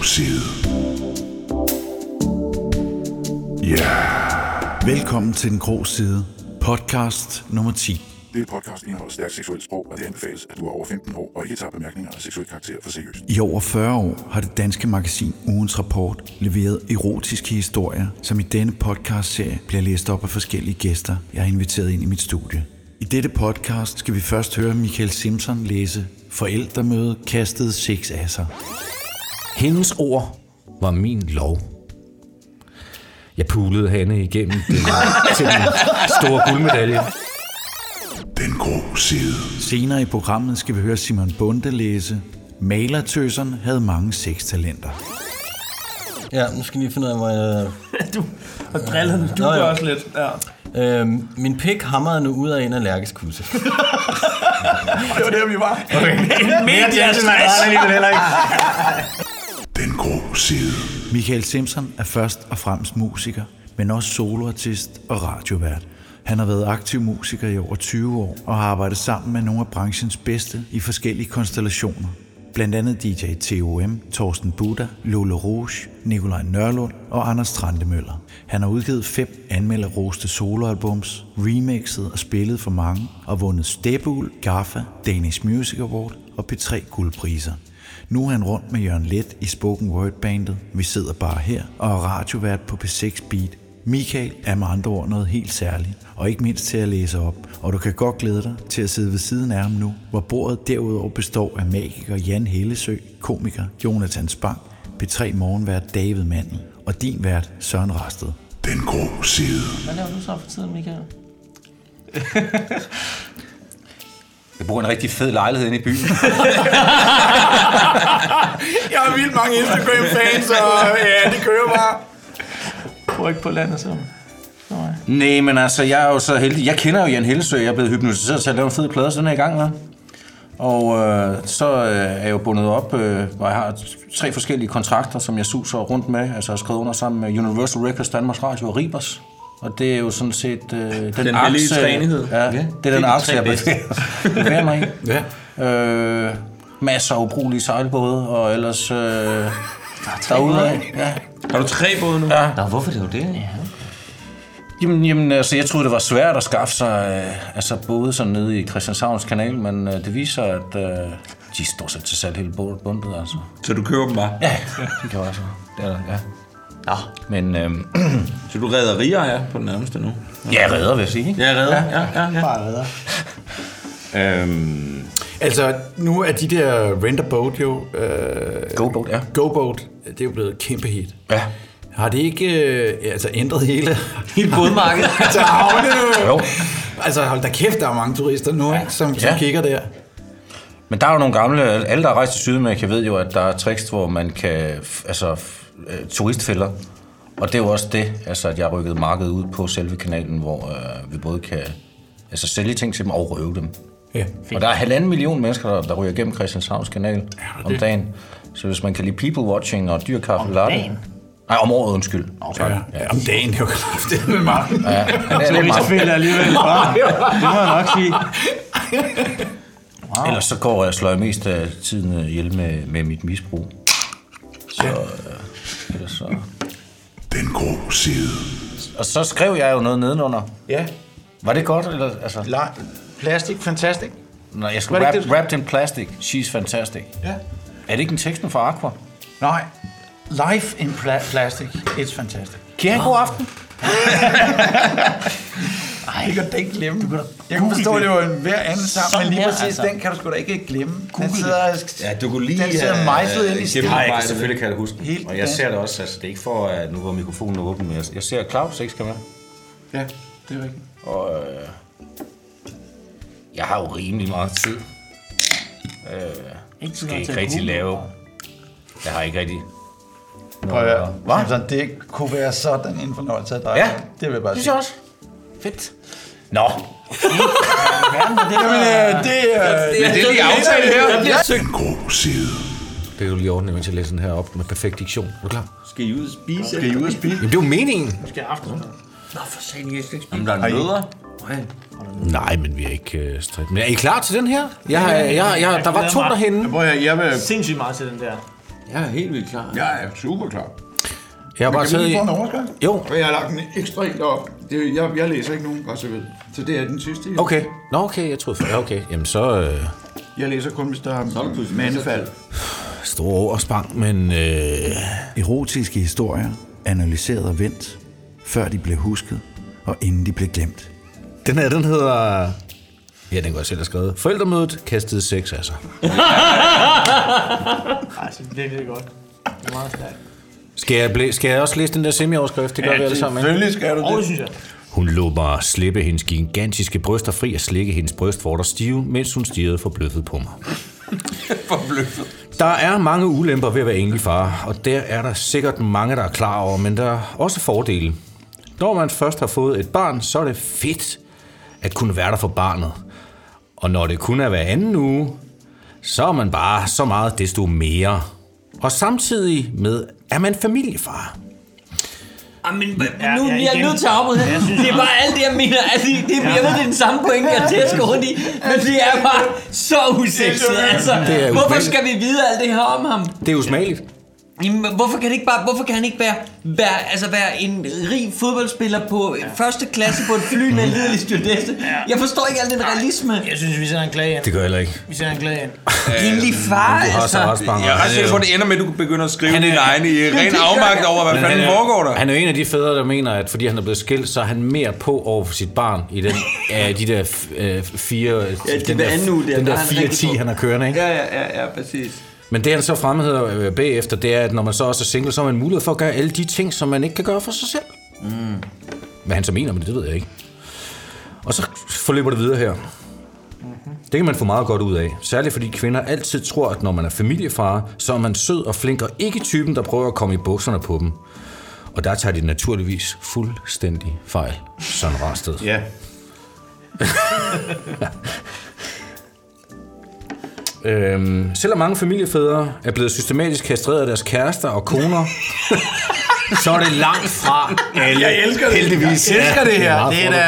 grå side. Yeah. Velkommen til Den Grå Side, podcast nummer 10. Det podcast indeholder stærkt seksuelt sprog, og det anbefales, at du er over 15 år og ikke tager bemærkninger af seksuel karakter for seriøst. I over 40 år har det danske magasin Ugens Rapport leveret erotiske historier, som i denne podcastserie bliver læst op af forskellige gæster, jeg har inviteret ind i mit studie. I dette podcast skal vi først høre Michael Simpson læse Forældremøde kastede 6 asser. Hendes ord var min lov. Jeg pulede hende igennem til den store guldmedalje. Den grå side. Senere i programmet skal vi høre Simon Bonde læse Malertøseren havde mange sextalenter. Ja, nu skal vi finde ud af, hvor jeg... Du har drillet den. Du gør også lidt. Ja. Min pik hamrede nu ud af en allergisk kusse. Det var der, vi var. Okay. Den grå side. Michael Simpson er først og fremmest musiker, men også soloartist og radiovært. Han har været aktiv musiker i over 20 år og har arbejdet sammen med nogle af branchens bedste i forskellige konstellationer. Blandt andet DJ TOM, Torsten Buddha, Lola Rouge, Nikolaj Nørlund og Anders Trandemøller. Han har udgivet 5 anmelderroste soloalbums, remixet og spillet for mange og vundet Stebul, Gaffa, Danish Music Award og P3 guldpriser. Nu er han rundt med Jørgen Let i Spoken Word-bandet Vi sidder bare her og er radiovært på P6 Beat. Michael er med andre ord noget helt særligt, og ikke mindst til at læse op. Og du kan godt glæde dig til at sidde ved siden af ham nu, hvor bordet derudover består af magiker Jan Hellesø, komiker Jonathan Spang, P3 morgenvært David Mandel og din vært Søren Rasted. Den grå side. Hvad laver du så for tiden, Michael? Jeg bor i en rigtig fed lejlighed inde i byen. Jeg har vildt mange Instagram-fans, og ja, det kører bare. Bor ikke på landet, så... Nej, men altså, jeg er jo så heldig. Jeg kender jo Jan Hellesø. Jeg er blevet hypnotiseret til at lave en fed plade, så den er i gang med. Og så er jeg jo bundet op, hvor jeg har 3 forskellige kontrakter, som jeg suser rundt med. Altså, jeg har skrevet under sammen med Universal Records, Danmarks Radio og Ribers. Og det er jo sådan set den hellige træenighed. Ja, det er den aktie, jeg bevæger mig i. Ja. Masser af ubrugelige sejlbåde, og ellers derude. Ja. Har du 3 både nu? Ja. Nå, hvorfor det jo det? Ja. Jamen, altså, jeg troede, det var svært at skaffe sig både sådan nede i Christianshavns kanal, men det viser, at de står så til salg hele bundet, altså. Så du køber dem bare? Ja, det kan jeg også. Det er der, ja. Ja. Men, så du redder riger her på den nærmeste nu? Ja, redder, vil jeg sige. Ja, redder. Ja. Bare redder. Altså, nu er de der Rent a Boat jo... Go-Boat, ja. Go-Boat, det er jo blevet et kæmpe hit. Ja. Har det ikke ændret hele bådmarkedet? Altså, havne nu. Jo. Altså, hold da kæft, der er mange turister nu, ikke, som kigger der. Men der er jo nogle gamle... Alle, der har rejst til Sydamerika, ved jo, at der er tricks, hvor man kan... turistfælder. Og det er jo også det, altså, at jeg rykkede markedet ud på selve kanalen, hvor vi både kan sælge ting til dem og røve dem. Ja. Og der er 1,5 million mennesker, der ryger gennem Christianshavns kanal om dagen. Så hvis man kan lide people watching og dyr kaffe latte... Nej, om året, undskyld. Ja, om dagen, det er jo kraftigt med mange. Ja, det er lidt meget. Alligevel. Det må jeg nok sige. Wow. Ellers så slår jeg mest af tiden ihjel med mit misbrug. Så... så... Den grå side. Og så skrev jeg jo noget nedenunder. Ja. Var det godt, eller... Altså... Plastic, fantastic. Nej, jeg skulle wrapped in plastic. She's fantastic. Ja. Er det ikke en teksten fra Aqua? Nej. Life in plastic, it's fantastic. Kan jeg god aften? Ej, det kan du ikke glemme. Jeg kan forstå, det var en hver anden sammen, men lige præcis altså. Den kan du sgu da ikke glemme. Den sidder, du kunne lige... Den sidder mejslet ind i stilen. Nej, selvfølgelig kan jeg huske. Og jeg ser det også, altså det er ikke for, at nu var mikrofonen åben, men jeg ser Claus, ikke skal være? Ja, det er rigtigt. Og jeg har jo rimelig meget tid. Skal ikke rigtig lave. Jeg har ikke rigtig... Hvad? Det kunne være sådan en fornøjelse af dig. Ja, det vil jeg bare sige. Det er også. Fedt. Nå. Det er lige aftale her. Den grå side. Det kan du lige ordne, mens jeg læser den her op med perfekt diktion. Er du klar? Skal I ud og spise? Jamen, det er jo meningen. Skal jeg aften? Nå, for satan, jeg skal ikke spise. Jamen, der er nødder. Nej, men vi er ikke stridt. Men er I klar til den her? Der var 2 derhenne. Jeg vil sindssygt meget til den der. Jeg er helt vildt klar. Jeg er super klar. Jeg har bare Kan vi lige taget... få en overskrift? Jo. Og jeg har lagt den ekstremt op. Jeg læser ikke nogen, bare så ved. Så det er den sidste. Okay. Nå, okay, jeg troede for... Okay, jamen så... Jeg læser kun, hvis der er mandefald. Store oversprang, men... Erotiske historier, analyseret og vendt, før de blev husket, og inden de blev glemt. Den her, den hedder... Ja, den går jeg selv have skrevet. Forældremødet kastede sex af sig. Altså, det er godt. Det er meget stærkt. Skal jeg også læse den der semi-overskrift? Det gør vi alle sammen, ikke? Selvfølgelig skal du det. Det synes jeg. Hun lå bare slippe hendes gigantiske bryster fri og slikke hendes brystvorter stive, mens hun stirrede forbløffet på mig. Forbløffet. Der er mange ulemper ved at være enlig far, og der er der sikkert mange, der er klar over, men der er også fordele. Når man først har fået et barn, så er det fedt at kunne være der for barnet. Og når det kun er hver anden uge, så er man bare så meget desto mere. Og samtidig med, er man familiefar. Men nu er jeg nødt til at afbryde her. Det er bare alt det, jeg mener. Altså, jeg ved, det er den samme point, jeg tæsker rundt i. Men det er bare så usexet. Altså, hvorfor skal vi vide alt det her om ham? Det er usmageligt. Jamen, hvorfor kan han ikke være en rig fodboldspiller på første klasse på et fly med en lidelig stewardesse? Jeg forstår ikke al den realisme. Jeg synes, vi sender en klage ind. Det gør jeg heller ikke. Vi sender en klage ind. Enlig far, altså. Jeg Jeg er ret sikker på, at det ender med, at du begynder at skrive dine egne i ren afmagt over, hvad fanden foregår der. Han er jo en af de fædre, der mener, at fordi han er blevet skilt, så er han mere på over for sit barn i den, de der fire... den der 4-10, han har kørende, ikke? Ja, præcis. Men det han så fremhæver bagefter, det er, at når man så også er single, så har man mulighed for at gøre alle de ting, som man ikke kan gøre for sig selv. Hvad han så mener med det ved jeg ikke. Og så forløber det videre her. Det kan man få meget godt ud af. Særligt fordi kvinder altid tror, at når man er familiefar, så er man sød og flink, og ikke typen, der prøver at komme i bukserne på dem. Og der tager de naturligvis fuldstændig fejl. Søren Rarsted. Ja. Selvom mange familiefædre er blevet systematisk kastreret af deres kærester og koner, så er det langt fra alle. Jeg elsker det. Heldigvis. Jeg elsker det her.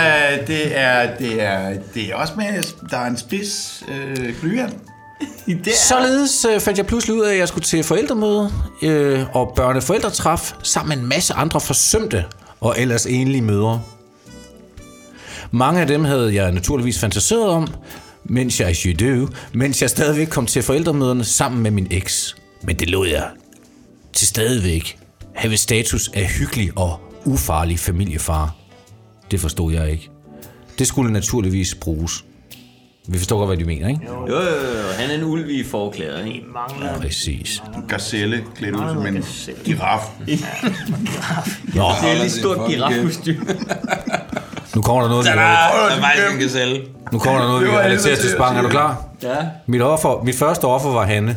Det Det er også med, der er en spids blyant. Således fandt jeg pludselig ud af, at jeg skulle til forældremøde og børneforældretræf sammen med en masse andre forsømte og ellers enlige mødre. Mange af dem havde jeg naturligvis fantaseret om, mens jeg stadigvæk kom til forældremøderne sammen med min eks. Men det lod jeg til stadigvæk have status af hyggelig og ufarlig familiefar. Det forstod jeg ikke. Det skulle naturligvis bruges. Vi forstår godt, hvad de mener, ikke? Jo, han er en ulv i forklæder, ikke? Ja, præcis. En gazelle klædt ud som en giraf. Nå, Det er lige stort girafkostyme. nu kommer der noget, Nu kommer der noget, vi kan relatere til Spang. Er du klar? Ja. Mit første offer var Hanne.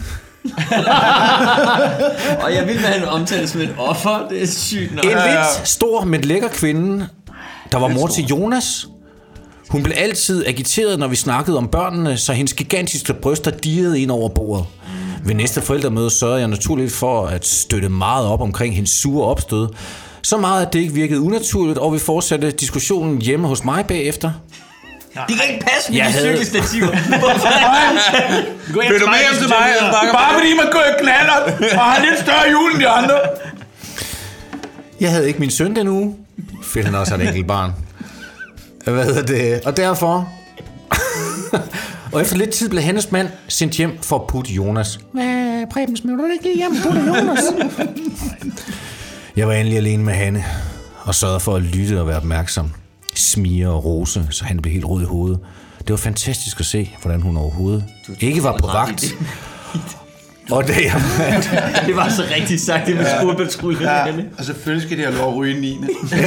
Og jeg vil med, at han omtales som et offer. Det er sygt nok. En lidt stor, men lækker kvinde, der var mor til Jonas. Hun blev altid agiteret, når vi snakkede om børnene, så hendes gigantiske bryster dirrede ind over bordet. Ved næste forældremøde sørgede jeg naturligt for at støtte meget op omkring hendes sure opstød. Så meget, at det ikke virkede unaturligt, og vi fortsatte diskussionen hjemme hos mig bagefter. Det kan ikke passe med Jeg de havde- cykelstativer. Vil du med hjem til mig? Bare fordi man kører knaller og har lidt større hjul end de andre. Jeg havde ikke min søn den uge. Fedt, han også har et enkelt barn. Hvad hedder det? Og derfor... og efter lidt tid blev hendes mand sendt hjem for at putte Jonas. Hvad, Preben, smider du ikke lige hjem og putte Jonas? Jeg var endelig alene med Hanne og sørgede for at lytte og være opmærksom. Smire og rose, så han blev helt rød i hovedet. Det var fantastisk at se, hvordan hun overhovedet ikke var på vagt. Og det Det var så rigtigt sagt, det med skolebæltskrullen. Ja, og selvfølgelig skal de have lov at ryge 9.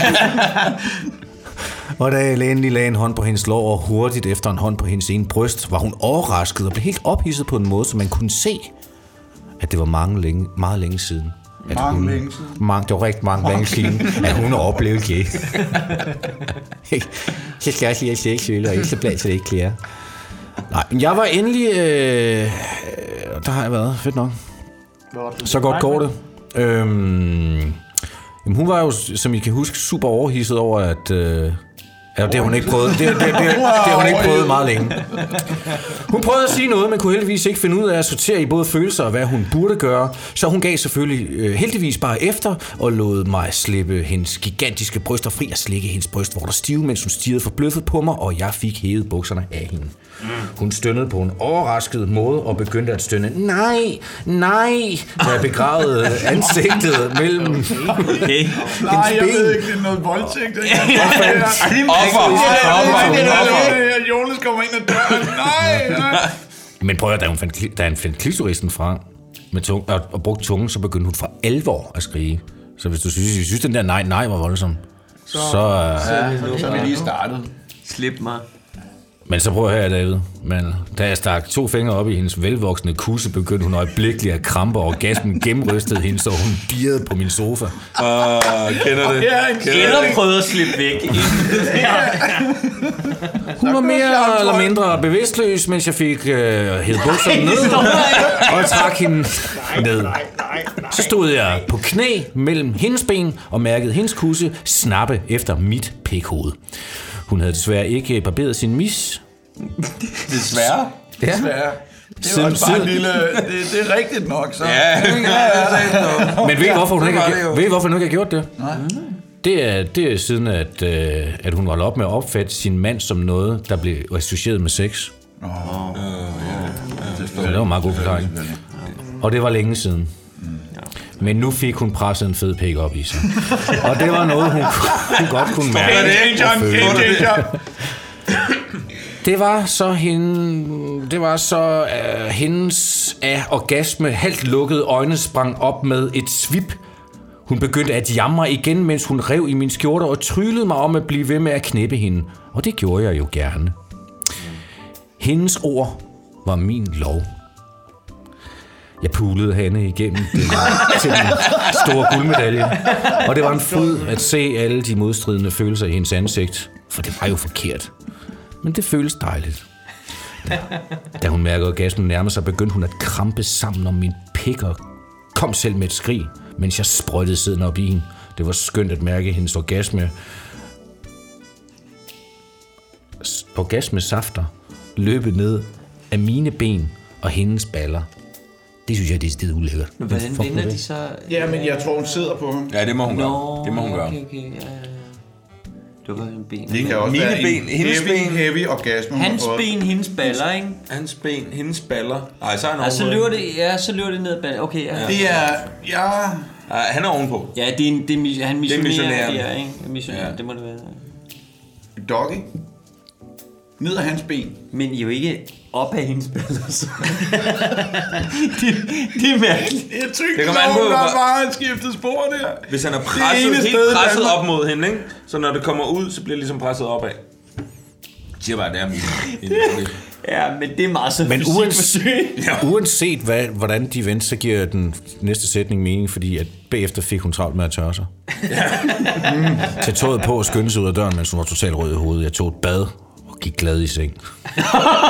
Og da jeg endelig lagde en hånd på hendes lår, og hurtigt efter en hånd på hendes ene bryst, var hun overrasket og blev helt ophidset på en måde, så man kunne se, at det var meget længe siden. Det var rigtig mange siden, at hun har oplevet det. Så skal jeg lige have seksuelle, og ikke så blandt, så det ikke klæder. Nej, men jeg var endelig... der har jeg været. Fedt nok. Så godt går det. Jamen, hun var jo, som I kan huske, super overhidset over, Ja, det har hun ikke prøvet. Det har hun ikke prøvet meget længe. Hun prøvede at sige noget, men kunne heldigvis ikke finde ud af at sortere i både følelser og hvad hun burde gøre. Så hun gav selvfølgelig heldigvis bare efter og lod mig slippe hendes gigantiske bryster fri og slikke hendes bryst, hvor der stive, mens hun stirrede forbløffet på mig, og jeg fik hævet bukserne af hende. Hun stønnede på en overrasket måde og begyndte at stønne nej, da jeg begravede ansigtet mellem hendes ben. Nej, jeg ved ikke, det er noget voldtægt. Jonas kommer ind ad døren. Nej. Men prøv at da han fandt klitorisen fra med og brugte tungen, så begyndte hun for alvor at skrige. Så hvis du synes den der nej var voldsom, så er vi lige startet. Slip mig. Men så prøv at høre, David. Men da jeg stak 2 fingre op i hendes velvoksne kusse, begyndte hun øjeblikkeligt at krampe, og orgasmen gennemrystede hende, så hun dirrede på min sofa. Kender det? Eller prøvede at slippe væk. Hun var mere eller mindre bevidstløs, mens jeg fik hævet bukserne ned, og jeg trak hende ned. Så stod jeg på knæ mellem hendes ben og mærkede hendes kusse snappe efter mit pikhoved. Hun havde desværre ikke barberet sin mis. Desværre? Ja. Det er også bare en lille... Det er rigtigt nok, så... Ja. Men ved I, hvorfor hun ikke har gjort det? Nej. Det er siden, at hun holdt op med at opfatte sin mand som noget, der blev associeret med sex. Så det var en meget god forklaring. Og det var længe siden. Men nu fik hun presset en fed pik op i sig. Og det var noget, hun godt kunne mærke. Det var så hendes af orgasme halvt lukkede øjne sprang op med et svip. Hun begyndte at jamre igen, mens hun rev i min skjorte og tryllede mig om at blive ved med at knæppe hende. Og det gjorde jeg jo gerne. Hendes ord var min lov. Jeg pulede hende igennem til den store guldmedalje. Og det var en fryd at se alle de modstridende følelser i hendes ansigt. For det var jo forkert. Men det føles dejligt. Da hun mærkede orgasmen nærme sig, begyndte hun at krampe sammen om min pik og kom selv med et skrig, mens jeg sprøjtede siden op i hende. Det var skønt at mærke hendes orgasmesafter løbe ned af mine ben og hendes baller. Det synes jeg, det er stedet ulækkert. Men hvordan vender de så? Ja, men jeg tror, hun sidder på ham. Ja, det må hun gøre. Det må hun gøre. Okay, ja. Det var en ben. Det kan også mine være ben, hendes ben. Heavy orgasme. Hans ben, hendes baller, ikke? Hans ben, hendes baller. Ej, så er han så løber det ned ad baller. Okay, ja. Det er... Ja... Han er ovenpå. Ja, han missionerer. Ja, ikke? Missionerer, det må det være. Doggy. Ned af hans ben. Men jo ikke op af hendes baller, så. det er mærkeligt. Jeg tykker, der bare skiftet spor der. Hvis han er presset op mod hende, ikke? Så når det kommer ud, så bliver det ligesom presset opad. Jeg siger bare, det er min. Ja, men det er meget så men uanset hvordan de vendte, så giver den næste sætning mening, fordi at bagefter fik hun travlt med at tørre sig. Tag tøjet på og skynde sig ud af døren, mens hun var totalt rød i hovedet. Jeg tog et bad og gik glad i seng. Slut!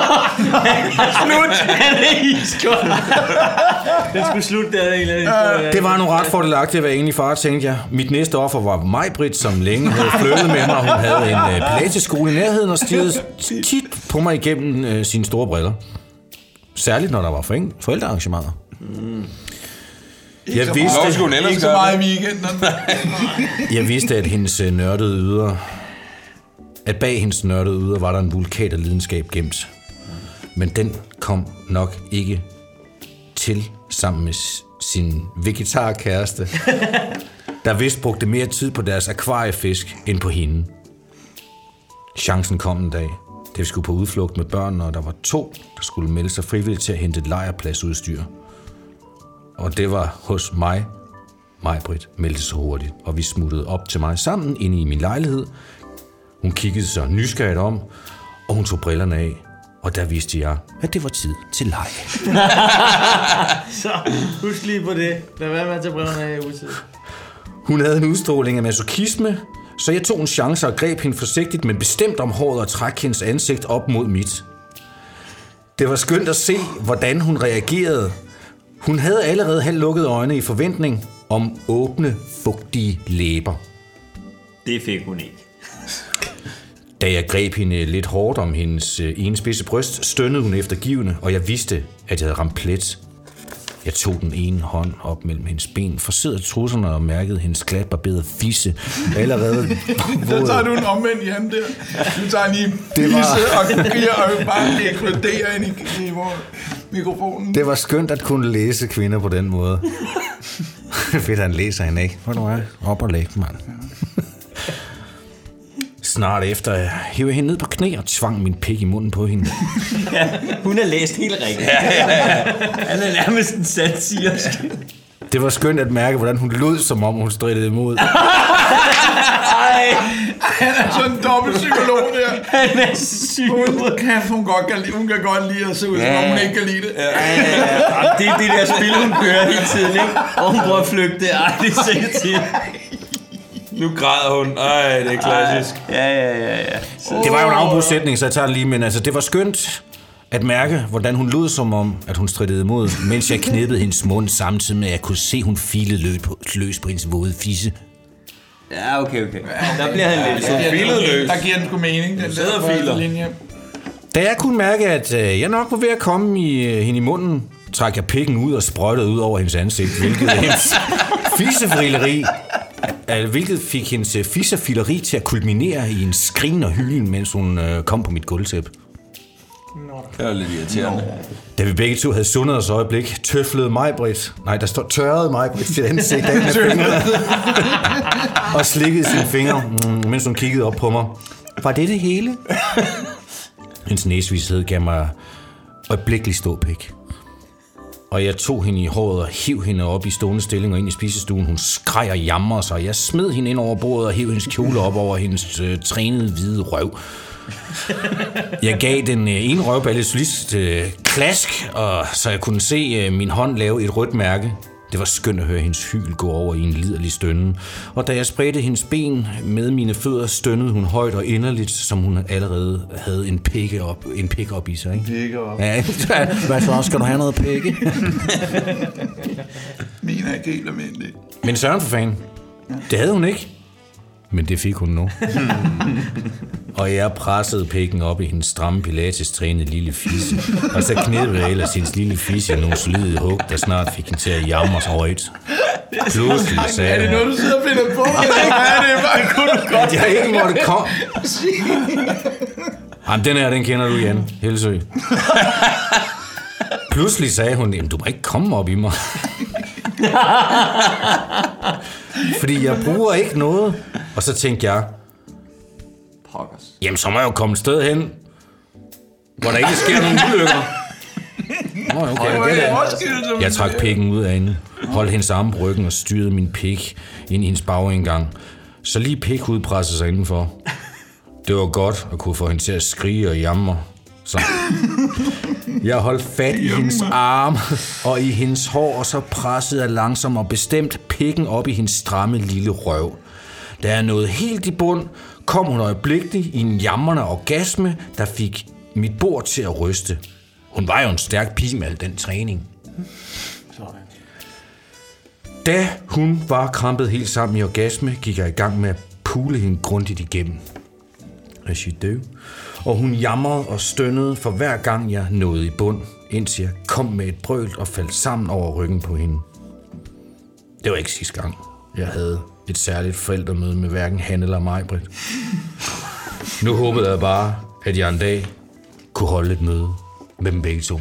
Han er iskold. Den skulle slutte der. Det var nu ret fordelagtigt at være enig far, tænkte jeg. Mit næste offer var Maj-Britt, som længe havde flyttet med mig. Hun havde en pilatesskole i nærheden og stirrede tit på mig igennem sine store briller. Særligt når der var forældrearrangementer. Jeg vidste, at hendes nørdede yder... At bag hendes nørdede yder var der en vulkat af lidenskab gemt. Men den kom nok ikke til sammen med sin vegetarkæreste, der vist brugte mere tid på deres akvariefisk end på hende. Chancen kom en dag, da vi skulle på udflugt med børnene, og der var 2, der skulle melde sig frivilligt til at hente et lejrpladsudstyr. Og det var hos mig. Maj-Britt meldte sig hurtigt, og vi smuttede op til mig sammen inde i min lejlighed. Hun kiggede sig nysgerrigt om, og hun tog brillerne af. Og der vidste jeg, at det var tid til leg. Så husk lige på det. Lad være med at tage brillerne af i utid. Hun havde en udstråling af masochisme, så jeg tog en chance og greb hende forsigtigt, men bestemt om håret og trak hendes ansigt op mod mit. Det var skønt at se, hvordan hun reagerede. Hun havde allerede halvt lukkede øjne i forventning om åbne, fugtige læber. Det fik hun ikke. Da jeg greb hende lidt hårdt om hendes ene spidse bryst, stønnede hun eftergivende, og jeg vidste, at jeg havde ramt plet. Jeg tog den ene hånd op mellem hendes ben, forsidede trusserne og mærkede hendes glatbarberede fisse allerede. Så tager du en omvendt Jan der. Du tager lige fisse og bare eksploderer ind i mikrofonen. Det var skønt at kunne læse kvinder på den måde. Fedt, han læser hende ikke. Hvor du er? Op og læg, mand. Snart efter hævde jeg hende ned på knæ og tvang min pik i munden på hende. Ja, hun har læst helt rigtigt. Han er nærmest en satirisk. Det var skønt at mærke, hvordan hun lød, som om hun strittede imod. Han er sådan en dobbeltpsykolog der. Han er syg. Hun kan godt lide at se ud, som om hun ikke kan lide det. Ja. Det er det der spil, hun kører hele tiden, ikke? Og hun prøver at flygte. Ej, det er sikkert til. Nu græder hun. Ej, det er klassisk. Ja. Det var jo en afbrudsætning, så jeg tager den lige, men altså, det var skønt at mærke, hvordan hun lød, som om, at hun strittede imod, mens jeg knippede hendes mund, samtidig med, at jeg kunne se, hun filede løs på hendes våde fisse. Ja, okay. Der bliver han lidt. Der giver den sgu mening. Den sidder filer. Da jeg kunne mærke, at jeg nok var ved at komme hende i munden, trak jeg pikken ud og sprøjtede ud over hendes ansigt, hvilket fik hendes fissefileri til at kulminere i en skrin og hylen, mens hun kom på mit gulvtæppe. Det var lidt irriterende. Da vi begge to havde sundet os øjeblik, tørrede Maj-Britt sit ansigt af med fingre og slikkede sine fingre, mens hun kiggede op på mig. Var det det hele? Hendes næsvished gav mig øjeblikkelig ståpik. Og jeg tog hende i håret og hiv hende op i stående stilling og ind i spisestuen. Hun skreg og jamrede sig. Jeg smed hende ind over bordet og hiv hendes kjole op over hendes trænede hvide røv. Jeg gav den ene røvballe solist klask, og så jeg kunne se min hånd lave et rødt mærke. Det var skønt at høre hendes hyl gå over i en liderlig stønne. Og da jeg spredte hendes ben med mine fødder, stønnede hun højt og inderligt, som hun allerede havde en pik op i sig. Ikke? Pikke op. Ja, hvad så? Skal du have noget pikke? Min er ikke helt almindelig. Men Søren for fanden, det havde hun ikke. Men det fik hun nu. Og jeg pressede pikken op i hendes stramme pilates-trænede lille fisse. Og så knæppede jeg ellers hendes lille fisse i nogle solide hug, der snart fik hende til at jamre sig højt. Pludselig sagde hun... Er det noget, du sidder og finder på? Det kunne du godt. Jeg ikke måtte komme. Jamen, den kender du, Jan Helsø. Pludselig sagde hun, jamen, du må ikke komme op i mig. Fordi jeg bruger ikke noget. Og så tænkte jeg, jamen så må jeg jo komme et sted hen, hvor der ikke sker nogen ulykker. Okay. Jeg trak pikken ud af hende, holdt hendes arme på ryggen og styrede min pik ind i hendes bagindgang. Så lige pik udpressede sig indenfor. Det var godt at kunne få hende til at skrige og jamre. Så. Jeg holdt fat i hendes arme og i hendes hår, og så pressede jeg langsomt og bestemt pikken op i hendes stramme lille røv. Da jeg nåede helt i bund, kom hun øjeblikkeligt i en jamrende orgasme, der fik mit bord til at ryste. Hun var jo en stærk pige med al den træning. Da hun var krampet helt sammen i orgasme, gik jeg i gang med at pule hende grundigt igennem. Og hun jamrede og stønnede for hver gang jeg nåede i bund, indtil jeg kom med et brøl og faldt sammen over ryggen på hende. Det var ikke sidste gang, jeg havde et særligt forældremøde med hverken han eller mig, Britt. Nu håbede jeg bare, at jeg en dag kunne holde et møde med dem begge to.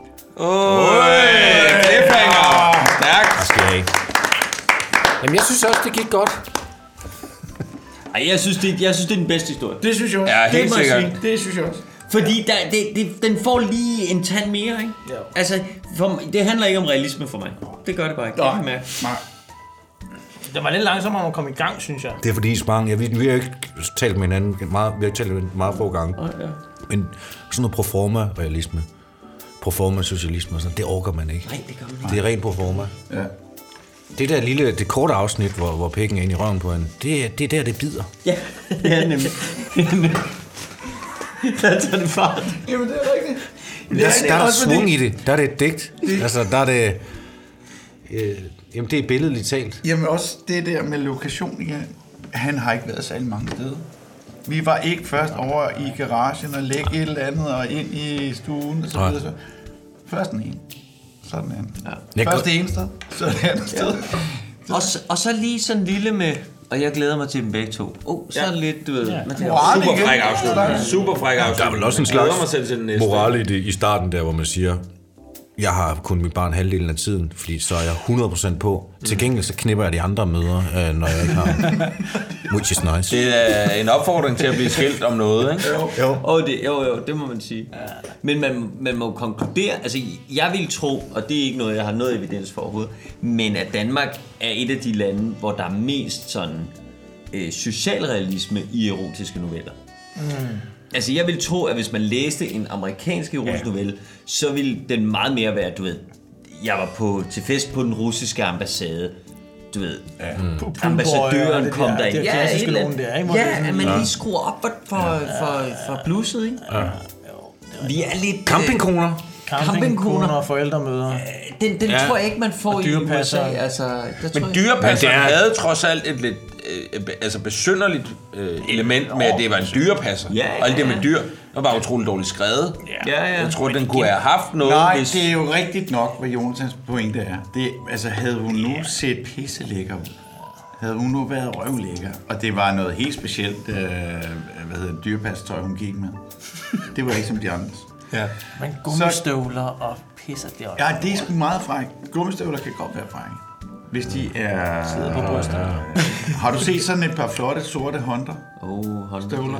Cliffhanger! Stærkt! Jamen, jeg synes også, det gik godt. Ej, jeg synes, det er den bedste historie. Det synes jeg også. Ja, helt sikkert. Det synes jeg også. Fordi den får lige en tand mere, ikke? Ja. Altså, det handler ikke om realisme for mig. Det gør det bare ikke. Nej. Det var lidt langsommere at komme i gang, synes jeg. Det er fordi, vi har ikke talt med hinanden meget, vi har talt meget få gange. Ja. Men sådan noget proforma-realisme, proforma-socialisme, sådan, det orker man ikke. Nej, det gør man ikke. Det er rent proforma. Ja. Det korte afsnit, hvor pikken er inde i røven på hende, det er der, det bider. Ja, det er nemlig. Der tager det fart. Jamen, det er rigtigt. Der er svung i det. Der er det et digt. Altså, der er det... Jamen, det er billedligt talt. Jamen, også det der med lokation, ja. Han har ikke været særlig mange steder. Vi var ikke først over i garagen og lægge et eller andet og ind i stuen og så videre. Så. Først den ene, så den anden. Ja. Først det ene sted, så det andet sted. Og så lige sådan en lille med... Og jeg glæder mig til dem begge to. Så lidt, du ved... Super fræk afslutning. Super fræk afslutning. Der er vel også en slags moral i starten der, hvor man siger... Jeg har kun mit barn halvdelen af tiden, fordi så er jeg 100% på. Til gengæld så knipper jeg de andre møder, når jeg ikke har. Which is nice. Det er en opfordring til at blive skilt om noget, ikke? Jo, det må man sige. Men man må konkludere, altså jeg vil tro, og det er ikke noget, jeg har noget evidens for overhovedet, men at Danmark er et af de lande, hvor der er mest sådan socialrealisme i erotiske noveller. Altså jeg vil tro, at hvis man læste en amerikansk erotisk novelle, så ville den meget mere være, du ved, jeg var til fest på den russiske ambassade, du ved, ambassadøren kom der ind. At man lige skruer op for blusset, ikke? Vi er lidt... Campingkoner og forældremøder. Den tror jeg ikke, man får i USA. Altså, men dyrepasser havde trods alt et lidt besynderligt element med, at det var en dyrepasser. Og alt det med dyr, var bare utroligt dårligt skrevet. Jeg tror, den kunne have haft noget. Nej, det er jo rigtigt nok, hvad Jonathans pointe er. Det, altså, havde hun nu set pisselækker ud, havde hun nu været røvlækker, og det var noget helt specielt, dyrepassetøj, hun gik med. Det var ikke som de andres. Ja. Men gummistøvler og pisser det også. Ja, det er sgu meget frækt. Gummistøvler kan godt være frække. Hvis de er... sidder på brystet. Har du set sådan et par flotte, sorte Honda? Støvler?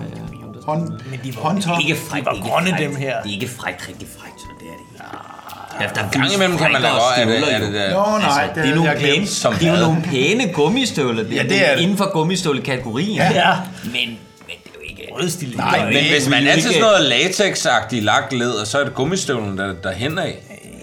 Honda. Ikke frækt. De var grønne dem her. Det er ikke frækt, rigtig frækt, så det er det ikke. Der gang imellem kan man da godt... Det er nogle pæne gummistøvler. Det er inden for gummistøvlekategorien. Men rødstilet. Nej, men hvis man altid sådan noget latex-agtigt lagt læder, så er det gummistøvlen, der hen af.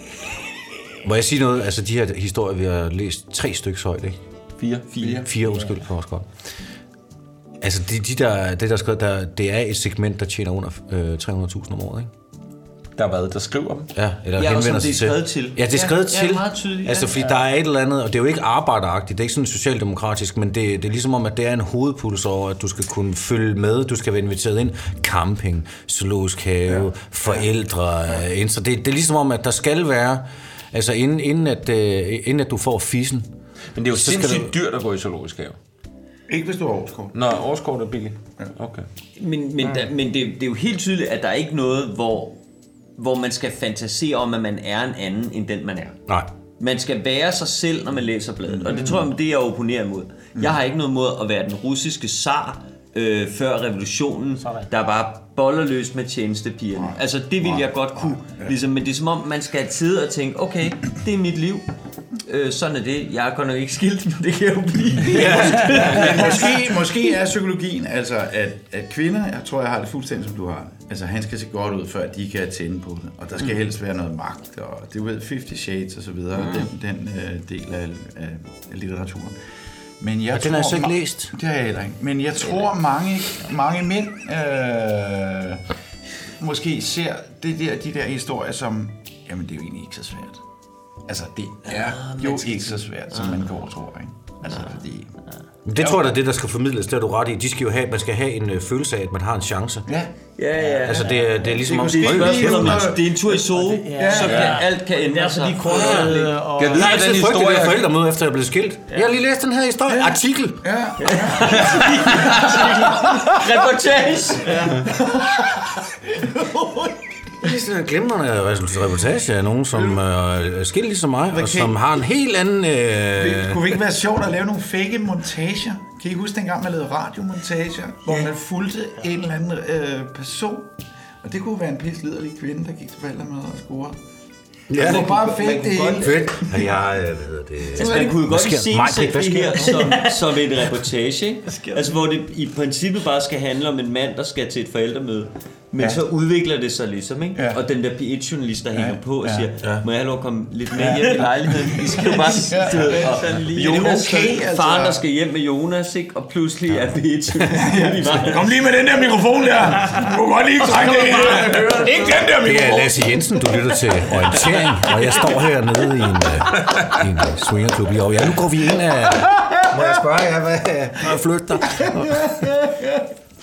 Må jeg sige noget? Altså de her historier, vi har læst 3 stykker højt, ikke? 4, undskyld for os godt. Altså det der er skrevet, det er et segment, der tjener under 300.000 om året, ikke? Der skriver dem. Ja, eller henvender sig til. Ja, det er skrevet til. Ja, meget tydeligt. Altså, fordi der er et eller andet, og det er jo ikke arbejderagtigt, det er ikke sådan socialdemokratisk, men det er ligesom om, at det er en hovedpuls over, at du skal kunne følge med, du skal være inviteret ind, camping, zoologisk have, forældre, så det er ligesom om, at der skal være, altså inden at du får fissen. Men det er jo sindssygt dyrt at gå i zoologisk have. Ikke hvis du har årskort. Nå, årskort er billigt. Okay. Men det er jo helt tydeligt, at der er ikke noget, hvor man skal fantasere om, at man er en anden, end den man er. Nej. Man skal være sig selv, når man læser bladet. Og det tror jeg, det jeg opponerer imod. Jeg har ikke noget mod at være den russiske zar før revolutionen, der bare boller løs med tjenestepigerne. Altså, det vil jeg godt kunne. Ligesom, men det er som om, man skal sidde og tænke, okay, det er mit liv. Sådan er det. Jeg er godt nok ikke skilt, men det kan jo blive. Måske er psykologien, altså at kvinder, jeg tror, jeg har det fuldstændig, som du har. Altså, han skal se godt ud, før de kan tænde på det. Og der skal helst være noget magt, og det ved 50 Shades og så videre, den del af litteraturen. Men jeg tror, den har jeg så ikke læst. Det har jeg heller ikke. Men jeg tror, mange mænd måske ser de der historier som, jamen det er jo egentlig ikke så svært. Altså det er jo ikke så svært, som man går tror, ikke? Altså fordi... Det tror jeg, det er det, der skal formidles, det er du ret i. De skal jo have, man skal have en følelse af, at man har en chance. Ja. Altså det er ligesom om... Det er en tur i zoo, så alt kan ændre sig. De kortede og... Jeg ved, den historie er forældremøde, efter jeg blev skilt. Jeg har lige læst den her historie. Artikel. Reportage. Det er en glimrende reportage af nogen, som er skilt ligesom mig, og som har en helt anden... Kunne det ikke være sjovt at lave nogle fake montager? Kan I huske dengang, man lavede radiomontager, hvor man fulgte en eller anden person? Og det kunne være en pisseliderlig kvinde, der gik til forældremøder og scorede. Ja, det var bare fedt det hele. Fedt. Ja, hvad hedder det? Altså, man kunne jo godt se det her som en reportage, ikke? Altså, hvor det i princippet bare skal handle om en mand, der skal til et forældremøde. Men så udvikler det sig ligesom, ikke? Ja. Og den der P1-journalist, der hænger på og siger, må jeg have lov at komme lidt med hjem i lejligheden? Vi skal jo bare Jonas, faren, der skal hjem med Jonas, ikke? Og pludselig er P1-journalist. Kom lige med den der mikrofon der. Du kan godt lige trække det. Ikke den der mikrofon. Det er Lasse Jensen, du lytter til Orientering, og jeg står hernede i en swingerklub i år. Ja, nu går vi ind af... Må jeg spørge jer, hvad flytter?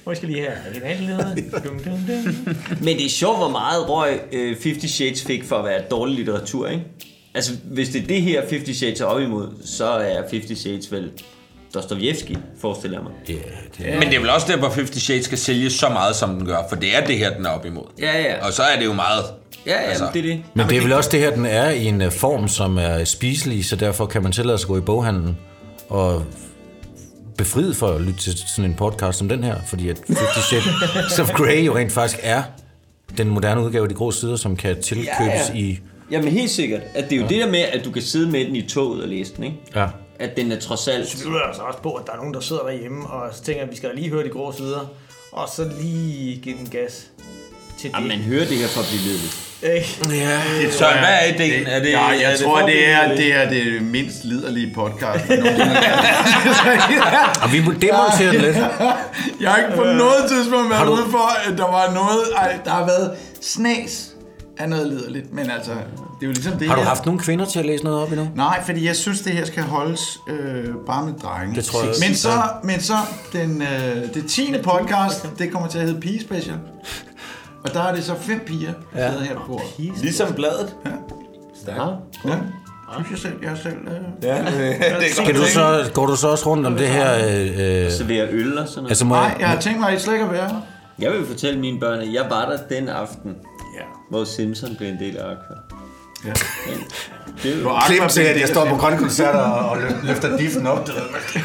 Hvor skal lige have? Men det er sjovt, hvor meget røg 50 Shades fik for at være dårlig litteratur, ikke? Altså, hvis det er det her 50 Shades er op imod, så er 50 Shades vel Dostojevskij, forestiller jeg mig. Yeah, men det er vel også der, hvor 50 Shades skal sælge så meget, som den gør, for det er det her, den er op imod. Ja. Og så er det jo meget... Ja, altså. Det er det. Men det er vel også det her, den er i en form, som er spiselig, så derfor kan man tillade sig at gå i boghandlen og befriet for at lytte til sådan en podcast som den her, fordi at 50 Shades of Grey jo rent faktisk er den moderne udgave af De Grå Sider, som kan tilkøbes i... Jamen helt sikkert, at det er jo det der med, at du kan sidde med den i toget og læse den, ikke? Ja. At den er trods alt... Så bliver altså også på, at der er nogen, der sidder derhjemme og tænker, at vi skal lige høre De Grå Sider, og så lige give den gas til det. Jamen, man hører det her for at blive ledet. Ja. Så hvad er ideen? Jeg tror, det er det mindst liderlige podcast. Og vi demonterer det lidt. Jeg har ikke på noget tidspunkt været ude for, at der var noget... der har været snas af noget liderligt, men altså... Det er jo ligesom det har du her. haft nogle kvinder til at læse noget op endnu? Nej, fordi jeg synes, det her skal holdes bare med drenge. Det tror jeg. Men så det 10. podcast, det kommer til at hedde Pige Special. Og der er det så 5 piger, der sidder her på bordet. Ligesom bladet? Ja. Stærkt. Ja. Synes jeg selv. Går du så også rundt om det her... Serverer øl og sådan noget? Altså, nej, jeg har tænkt mig slet ikke at være her. Jeg vil fortælle mine børn, at jeg var der den aften, hvor Simpson blev en del af Aqua. Ja. Klip til, at jeg står på grønne koncerter og løfter diffen op. Det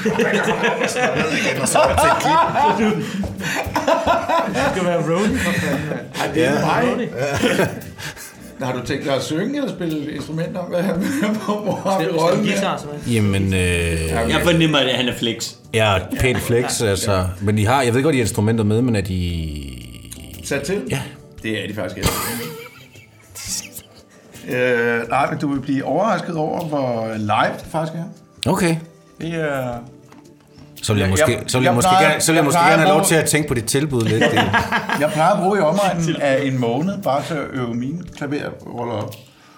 skal være Rody for fanden. Det er mig. Har du tænkt dig at synge eller spille instrumenter? Hvor har vi rollen her? Jamen... Jeg fornemmer, at han er flex. Ja, pænt flex, altså. Men de har... Jeg ved godt, de har instrumenter med, men er de... Sat til? Ja. Det er de faktisk ikke. Nej, men du vil blive overrasket over, hvor live det faktisk er. Okay. Det er... Så vil jeg måske gerne have lov til at tænke på dit tilbud lidt. Jeg plejer at bruge i omegnen af en måned, bare til at øve mine klaverroller op.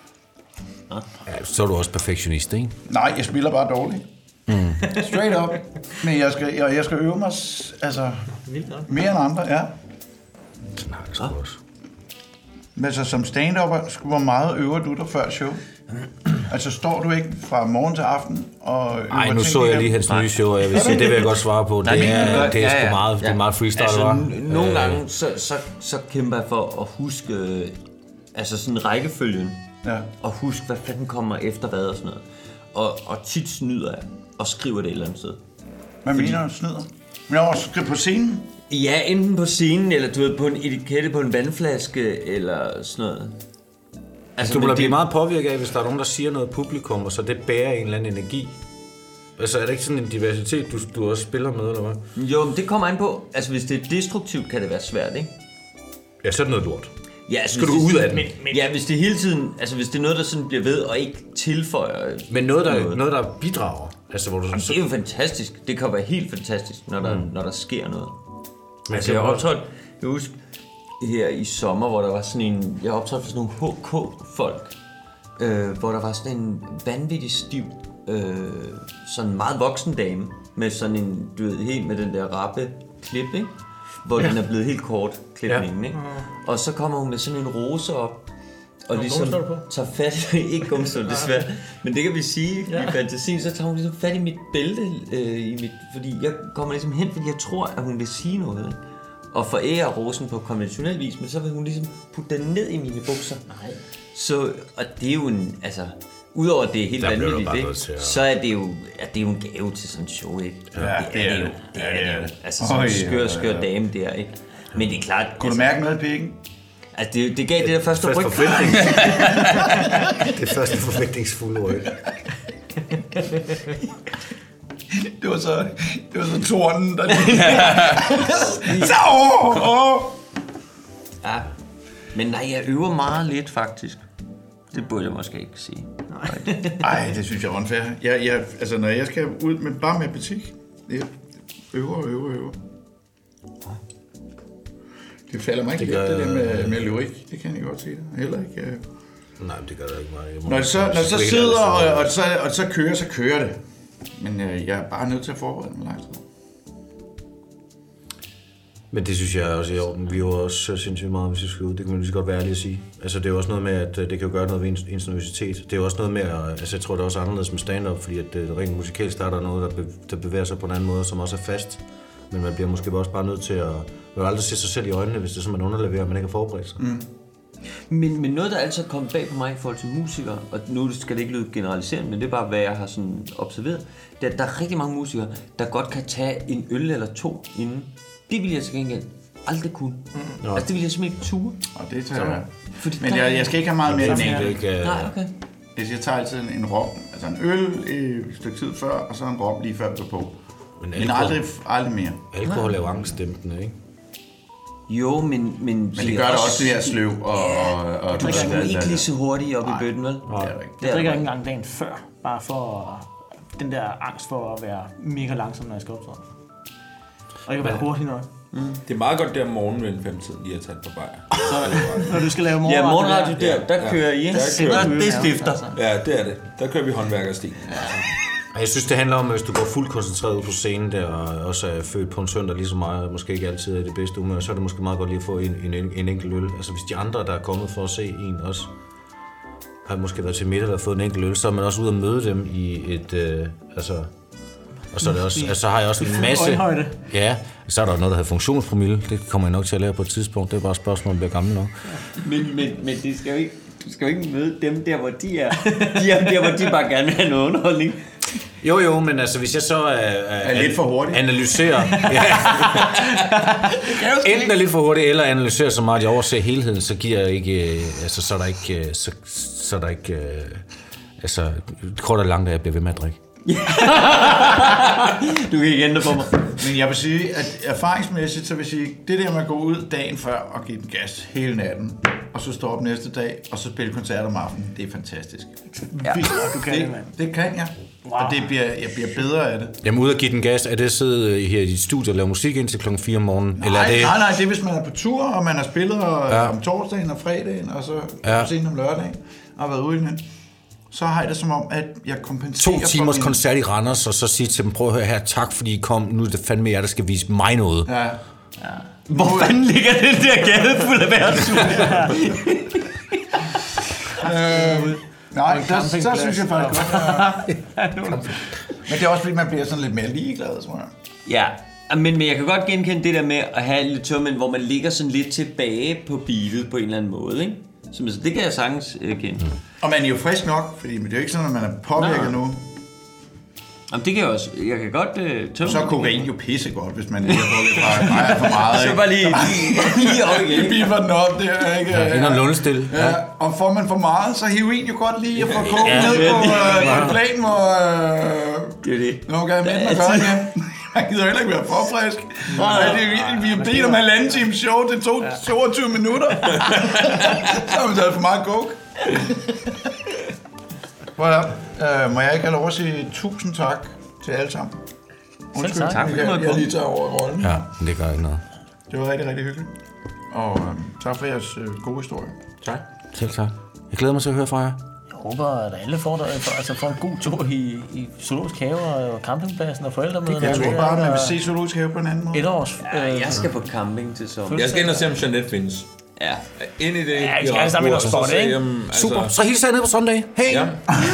Ja, så er du også perfektionist, ikke? Nej, jeg spiller bare dårligt. Straight up. Men jeg skal øve mig altså, mere end andre, ja. Sådan har det sgu også. Men så som stand-upper, hvor meget øver du dig før show? Altså står du ikke fra morgen til aften og... Nej, nu så jeg lige hans nye show, og jeg vil sige, det vil jeg godt svare på. Det er sgu meget, det er meget freestyle, altså, nogle gange, så kæmper jeg for at huske, altså sådan rækkefølgen, og huske, hvad fanden kommer efter hvad og sådan noget. Og tit snyder jeg, og skriver det et eller andet sted. Hvad mener du, snyder? Men også skrive på scenen? Ja, enten på scenen, eller du ved, på en etikette på en vandflaske, eller sådan noget. Altså, du vil blive meget påvirket af, hvis der er nogen, der siger noget publikum, og så det bærer en eller anden energi. Altså, er det ikke sådan en diversitet, du også spiller med, eller hvad? Jo, men det kommer an på. Altså, hvis det er destruktivt, kan det være svært, ikke? Ja, så er det noget lort. Ja, altså, skal du ud af den? Ja, hvis det hele tiden... Altså, hvis det er noget, der sådan bliver ved, og ikke tilføjer... Men noget, der bidrager. Altså, hvor du sådan... Det er jo fantastisk. Det kan være helt fantastisk, når der sker noget. Men altså, jeg optrådte... Jeg husker her i sommer, hvor der var sådan en... Jeg optrådte for sådan nogle HK-folk, hvor der var sådan en vanvittig stiv, sådan meget voksen dame, med sådan en, du ved, helt med den der rappe klip, ikke? Hvor den er blevet helt kort, klipningen, ikke? Og så kommer hun med sådan en rose op, og ligesom tager fat i, ikke gumstol desværre, men det kan vi sige i fantasien, så tager hun ligesom fat i mit bælte, fordi jeg kommer ligesom hen, fordi jeg tror, at hun vil sige noget, ikke? Og forærer rosen på konventionel vis, men så vil hun ligesom putte den ned i mine bukser. Nej. Så, og det er jo en, altså, udover at det er helt vanvittigt, ikke? Så er det jo en gave til sådan en show, ikke? Ja, det er det jo. Altså sådan en skør dame der, ikke? Men det er klart... Kunne du mærke noget i pikken? Altså, det gav det der første ryg. Det første forventningsfulde ryg. Det var så tornen, der Ja, men nej, jeg øver meget lidt, faktisk. Det burde jeg måske ikke sige. Nej, det synes jeg er unfair. Altså, når jeg skal ud med bare matematik, jeg øver. Det falder mig ikke lidt, det der med lyrik. Det kan jeg godt se. Heller ikke. Nej, det gør der ikke meget. Når jeg så sidder og så kører det. Men jeg er bare nødt til at forberede mig lang tid. Men det synes jeg også i orden. Vi er jo også sindssygt meget, hvis vi skal ud. Det kan man lige så godt være ærlig at sige. Altså, det er jo også noget med, at det kan jo gøre noget ved ens nervøsitet. Det er jo også noget med, altså jeg tror, det er også anderledes med stand-up, fordi at rent musikalt starter noget, der bevæger sig på en anden måde, som også er fast. Men man bliver måske også bare nødt til at aldrig se sig selv i øjnene, hvis det er sådan, man underleverer, man ikke har forberedt sig. Men noget, der altid er kommet bag på mig i forhold til musikere, og nu skal det ikke lyde generaliserende, men det er bare, hvad jeg har sådan observeret, det er, at der er rigtig mange musikere, der godt kan tage en øl eller to inden. Det vil jeg til gengæld aldrig kunne. Altså, det vil jeg simpelthen ikke ture. Og det tager jeg. Men jeg skal ikke have meget mere end enkelt. Nej, okay. Jeg tager altid en rom, altså en øl et stykke tid før, og så en rom lige før på. Men aldrig mere. Alkohol er jo angstdæmpende, ikke? Jo, men det gør det også det her sløv og du skal ikke lige så hurtigt op i bøtten, vel? Jeg drikker ikke engang dagen før, bare for den der angst for at være mega langsom, når jeg skal optræde. Og ikke være hurtig nok. Det er meget godt der om morgenen ved 5-tiden, lige at tage et par bajer. Når du skal lave morgenradio. Ja, morgenradio der kører I, ikke? Det stifter. Ja, det er det. Der kører vi håndværkerstil. Jeg synes, det handler om, at hvis du går fuldt koncentreret ud på scenen der, og også er født på en søndag lige så meget, måske ikke altid er det bedste humør, så er det måske meget godt lige at få en enkelt øl. Altså hvis de andre, der er kommet for at se en også, har måske været til middag eller fået en enkelt øl, så er man også ude at møde dem i et, og så er det også, altså, så har jeg også en masse... Ja, så er der noget, der hedder funktionspromille. Det kommer jeg nok til at lære på et tidspunkt. Det er bare et spørgsmål, om jeg bliver gammel nok. Men det skal jo ikke... Du skal jo ikke møde dem der, hvor de er. De er der, hvor de bare gerne vil have noget underholdning. Jo, men altså, hvis jeg så er lidt for hurtigt. Analyserer... enten er lidt for hurtigt, eller analyserer så meget, at jeg overser helheden, så giver jeg ikke... Altså, så er der ikke... Altså, kort og langt, at jeg bliver ved med at drikke. Du kan ikke ændre på mig. Men jeg vil sige, at erfaringsmæssigt, så vil jeg sige, det der med at gå ud dagen før og give den gas hele natten, og så stå op næste dag, og så spille koncert om aftenen, det er fantastisk. Ja, du kan det, mand. Det kan jeg. Wow. Og jeg bliver bedre af det. Jamen ude at give den gas, er det at sidde her i studiet og lave musik indtil klokken 4 om morgenen? Nej, det er hvis man er på tur, og man har spillet om torsdagen og fredagen, og så sent om lørdagen, og har været ude i den. Så har jeg det som om, at jeg kompenserer 2 timers koncert i Randers, og så sige til dem, prøv at høre her, tak fordi I kom, nu er det fandme jer, der skal vise mig noget. Ja. Hvor fanden ligger den der gade fuld af værtshus? Nej, så synes jeg faktisk godt. Men det er også fordi, man bliver sådan lidt mere ligeglad, tror jeg. Ja, men jeg kan godt genkende det der med at have lidt tørmænd, hvor man ligger sådan lidt tilbage på beatet på en eller anden måde, ikke? Så det kan jeg sagtens kende. Og man er jo frisk nok, fordi det er jo ikke sådan, at man er påvirket nu. Jamen, det kan jeg også. Jeg kan godt tømme. Så er kokain jo pissegodt, hvis man lige har drukket for meget. Så bare lige op igen. Det biffer den op, det er ikke... Ja, inden lundestil. Ja, og får man for meget, så heroin jo godt lige at få kogen ned på planen, hvor... Det er det. Nogle gange med, man gør igen. Man gider heller ikke være for frisk. Vi har bedt om 1,5 times show, det tog 22 minutter. Så har vi taget for meget coke. Må jeg ikke have lov at sige 1000 tak til alle sammen? Undskyld, tak. Jeg lige tager over rollen. Ja, det gør ikke noget. Det var rigtig, rigtig hyggeligt. Og tak for jeres gode historie. Tak. Selv tak. Jeg glæder mig til at høre fra jer. Jeg håber, at alle får en god tur i Zoologisk Have og campingpladsen og forældremøderne. Jeg tror bare, at man vil se Zoologisk Have på en anden måde. Jeg skal på camping til sommer. Jeg skal ind og se, om Jeanette findes. Ja. Ind i det. Ja, vi skal alle sammen ind og spotte, ikke? Super. Så hilser jeg ned på søndag. Hey! Ja.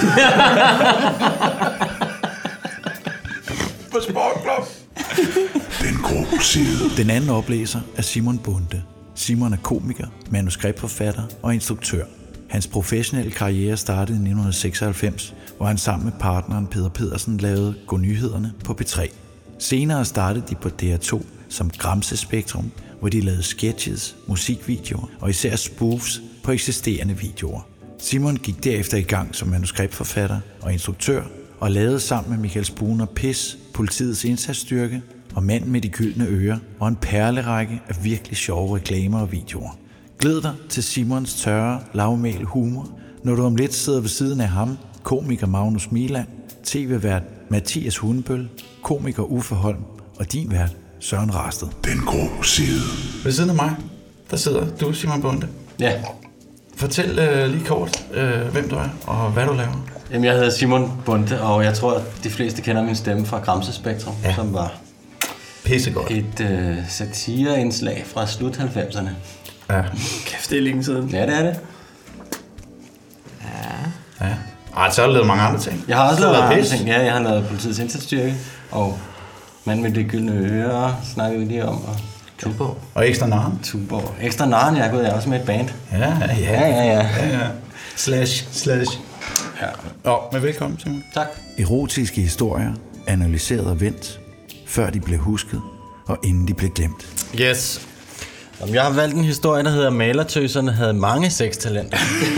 På Sportklub. Den grå side. Den anden oplæser er Simon Bonde. Simon er komiker, manuskriptforfatter og instruktør. Hans professionelle karriere startede i 1996, hvor han sammen med partneren Peter Pedersen lavede Gå Nyhederne på P3. Senere startede de på DR2 som Gramse Spektrum, hvor de lavede sketches, musikvideoer og især spoofs på eksisterende videoer. Simon gik derefter i gang som manuskriptforfatter og instruktør og lavede sammen med Michael Spooner Pis, Politiets Indsatsstyrke og Manden med de gyldne ører og en perlerække af virkelig sjove reklamer og videoer. Glæd dig til Simons tørre, lavmæl humor, når du om lidt sidder ved siden af ham, komiker Magnus Miland, tv-vært Mathias Hundbøl, komiker Uffe Holm og din vært Søren Rasted. Den grå side. Ved siden af mig, der sidder du, Simon Bonde. Ja. Fortæl lige kort, hvem du er og hvad du laver. Jamen, jeg hedder Simon Bonde, og jeg tror, at de fleste kender min stemme fra Gramse Spektrum, som var Pissegodt. Et satireindslag fra slut 90'erne. Ja. Kæft, det er længe siden. Ja, det er det. Ja. Ej, så har du lavet mange andre ting. Jeg har også lavet andre ting. Ja, jeg har lavet Politiets Indsatsstyrke. Og Mand med det gyldne øre snakker vi lige om. Og Tuborg. Og Ekstra Naren. Tuborg. Ekstra Naren, jeg er gået også med et band. Ja. Slash. Ja. Men velkommen, Simon. Tak. Erotiske historier, analyseret og vendt, før de blev husket, og inden de blev glemt. Yes. Jeg har valgt en historie, der hedder Malertøserne havde mange sextalenter.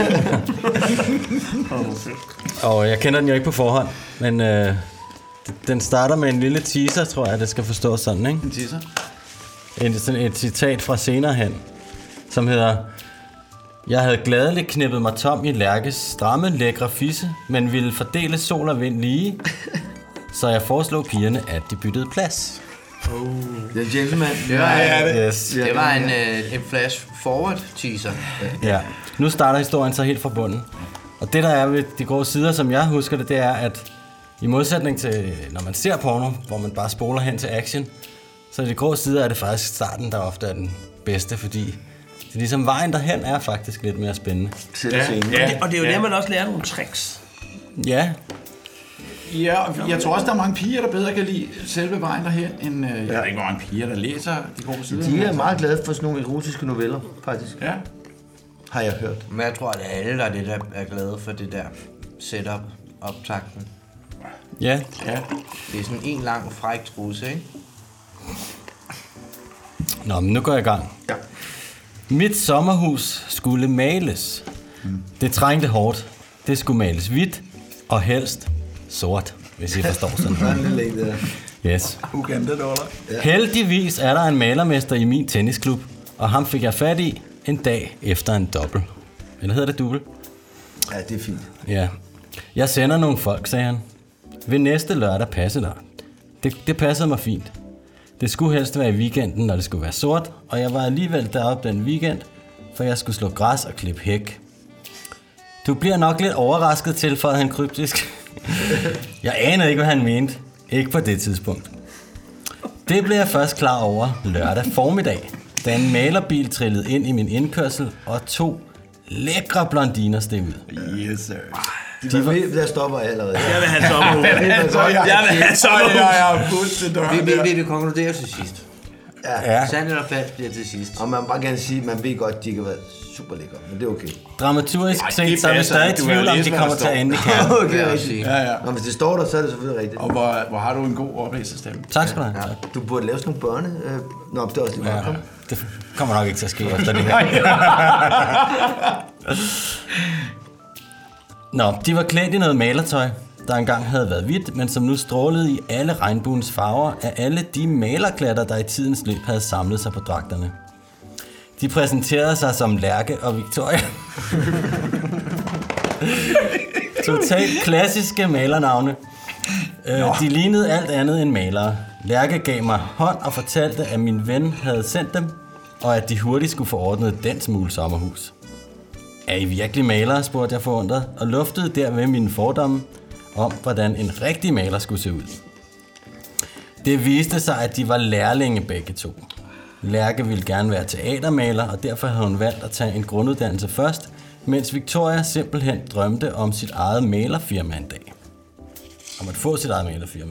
Og jeg kender den jo ikke på forhånd, men den starter med en lille teaser, tror jeg, det skal forstås sådan, ikke? En teaser? Et citat fra senere hen, som hedder: Jeg havde gladeligt knippet mig tom i Lærkes stramme, lækre fisse, men ville fordele sol og vind lige, så jeg foreslog pigerne, at de byttede plads. Det er Gentleman. Yes. Det var en flash forward teaser. Ja. Nu starter historien så helt fra bunden. Og det der er ved de grå sider, som jeg husker det, det er, at i modsætning til, når man ser porno, hvor man bare spoler hen til action, så i de grå sider er det faktisk starten, der ofte er den bedste, fordi det er ligesom vejen derhen er faktisk lidt mere spændende. Ja. Og det er jo der, man også lærer nogle tricks. Ja. Ja, jeg tror også, der er mange piger, der bedre kan lide selve vejen derhen, end jeg ved ikke, hvor mange piger, der læser de grå sider. De er meget glade for sådan nogle erotiske noveller, faktisk. Ja. Har jeg hørt. Men jeg tror, at alle, der er glade for det der setup, optakten. Ja. Det er sådan en lang fræk trusse, ikke? Nå, men nu går jeg i gang. Ja. Mit sommerhus skulle males. Det trængte hårdt. Det skulle males hvidt og helst sort, hvis I forstår sådan. Yes. Heldigvis er der en malermester i min tennisklub, og ham fik jeg fat i en dag efter en dobbelt. Eller hedder det dubbel? Ja, det er fint. Ja. Jeg sender nogle folk, sagde han. Ved næste lørdag passer der. Det passede mig fint. Det skulle helst være i weekenden, når det skulle være sort, og jeg var alligevel deroppe den weekend, for jeg skulle slå græs og klippe hæk. Du bliver nok lidt overrasket, tilføjede han kryptisk. Jeg anede ikke, hvad han mente. Ikke på det tidspunkt. Det blev jeg først klar over lørdag formiddag, da en malerbil trillede ind i min indkørsel, og 2 lækre blondiner steg ud. Yes, sir. Der stopper jeg allerede. Jeg vil have sommerhus. Vi konkluderer til sidst. Ja. Sandt eller falsk bliver til sidst. Og man må bare gerne sige, at man ved godt, at de kan være super lækre, men det er okay. Dramaturgisk set, så er vi stadig i tvivl om, de kommer til at ende i kernen. Okay, ja. Når hvis det står der, så er det selvfølgelig rigtigt. Og hvor har du en god oplæsestemme. Tak skal du have. Ja. Du burde lave sådan nogle børne... Nå, det er også lige meget. Det kommer nok ikke til at ske efter det her. Nå, de var klædt i noget malertøj, der engang havde været hvidt, men som nu strålede i alle regnbuens farver af alle de malerklatter, der i tidens løb havde samlet sig på dragterne. De præsenterede sig som Lærke og Victoria. Totalt klassiske malernavne. De lignede alt andet end malere. Lærke gav mig hånd og fortalte, at min ven havde sendt dem, og at de hurtigt skulle få ordnet den smule sommerhus. Er I virkelig malere, spurgte jeg forundret, og luftede derved mine fordomme om, hvordan en rigtig maler skulle se ud. Det viste sig, at de var lærlinge begge to. Lærke ville gerne være teatermaler, og derfor havde hun valgt at tage en grunduddannelse først, mens Victoria simpelthen drømte om sit eget malerfirma en dag. Om at få sit eget malerfirma.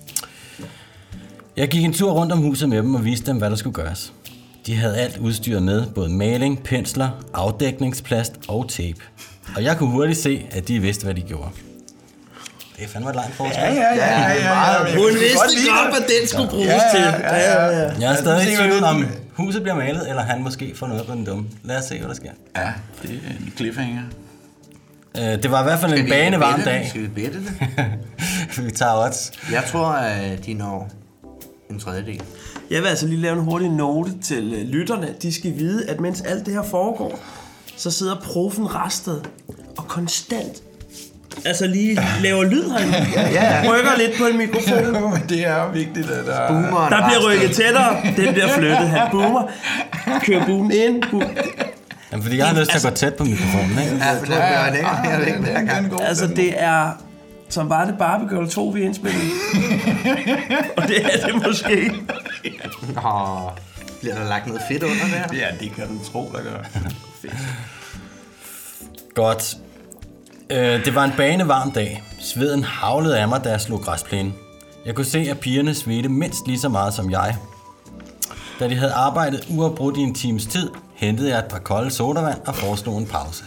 Jeg gik en tur rundt om huset med dem og viste dem, hvad der skulle gøres. De havde alt udstyr med, både maling, pensler, afdækningsplast og tape. Og jeg kunne hurtigt se, at de vidste, hvad de gjorde. Det er fandme et langt forslag. Ja. Hun vidste godt, hvad den skulle bruges til. Jeg er stadig i tvivl om huset bliver malet, eller han måske får noget på den dumme. Lad os se, hvad der sker. Ja, det er en cliffhanger. Det var i hvert fald en banevarm dag. Skal vi bette det? Vi tager odds. Jeg tror, at de når en tredjedel. Jeg vil altså lige lave en hurtig note til lytterne. De skal vide, at mens alt det her foregår, så sidder profen Rasted og konstant lige laver lyd herinde. Rykker lidt på en mikrofon. Det er jo vigtigt, at der bliver rykket tættere. Den bliver flyttet. Han boomer. Kører boomen ind. Jamen, fordi jeg har lyst til at gå tæt på mikrofonen, ikke? Ja, for det er altså, det er... Som var det Barbie Girl 2, vi indspillede. Og det er det måske. Bliver der lagt noget fedt under der? Ja, det kan du tro, der gør. Fedt. Godt. Det var en banevarm dag. Sveden havlede af mig, da jeg slog græsplænen. Jeg kunne se, at pigerne svedte mindst lige så meget som jeg. Da de havde arbejdet uafbrudt i en times tid, hentede jeg et par kolde sodavand og foreslog en pause.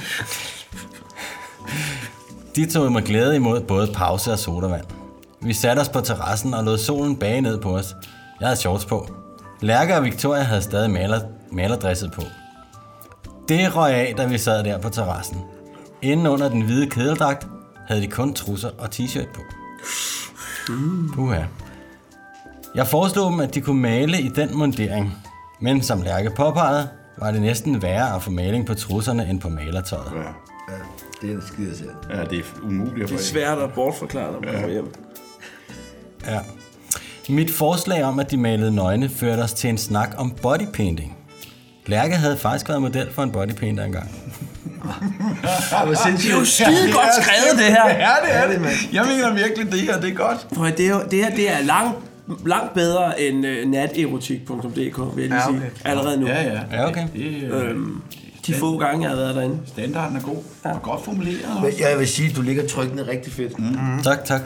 De tog med glæde imod både pause og sodavand. Vi satte os på terrassen og lod solen bage ned på os. Jeg havde shorts på. Lærke og Victoria havde stadig malerdresset på. Det røg af, da vi sad der på terrassen. Inden under den hvide kedeldragt havde de kun trusser og t-shirt på. Puha. Jeg foreslog dem, at de kunne male i den mundering. Men som Lærke påpegede, var det næsten værre at få maling på trusserne end på malertøjet. Ja, det er skide selv. Ja, det er umuligt at få. Det er svært at bortforklare, når man kommer hjem. Ja. Mit forslag om, at de malede nøgne, førte os til en snak om bodypainting. Lærke havde faktisk været model for en bodypainter engang. Det er jo skide godt skrevet, det her. Ja, det er det, mand. Jeg mener virkelig, det her, det er godt. For det her er langt bedre end naterotik.dk, vil jeg lige sige. Allerede nu. Ja, okay. De få gange, jeg har været derinde. Standarden er god og godt formuleret. Men jeg vil sige, at du ligger trykkende rigtig fedt. Mm-hmm. Tak.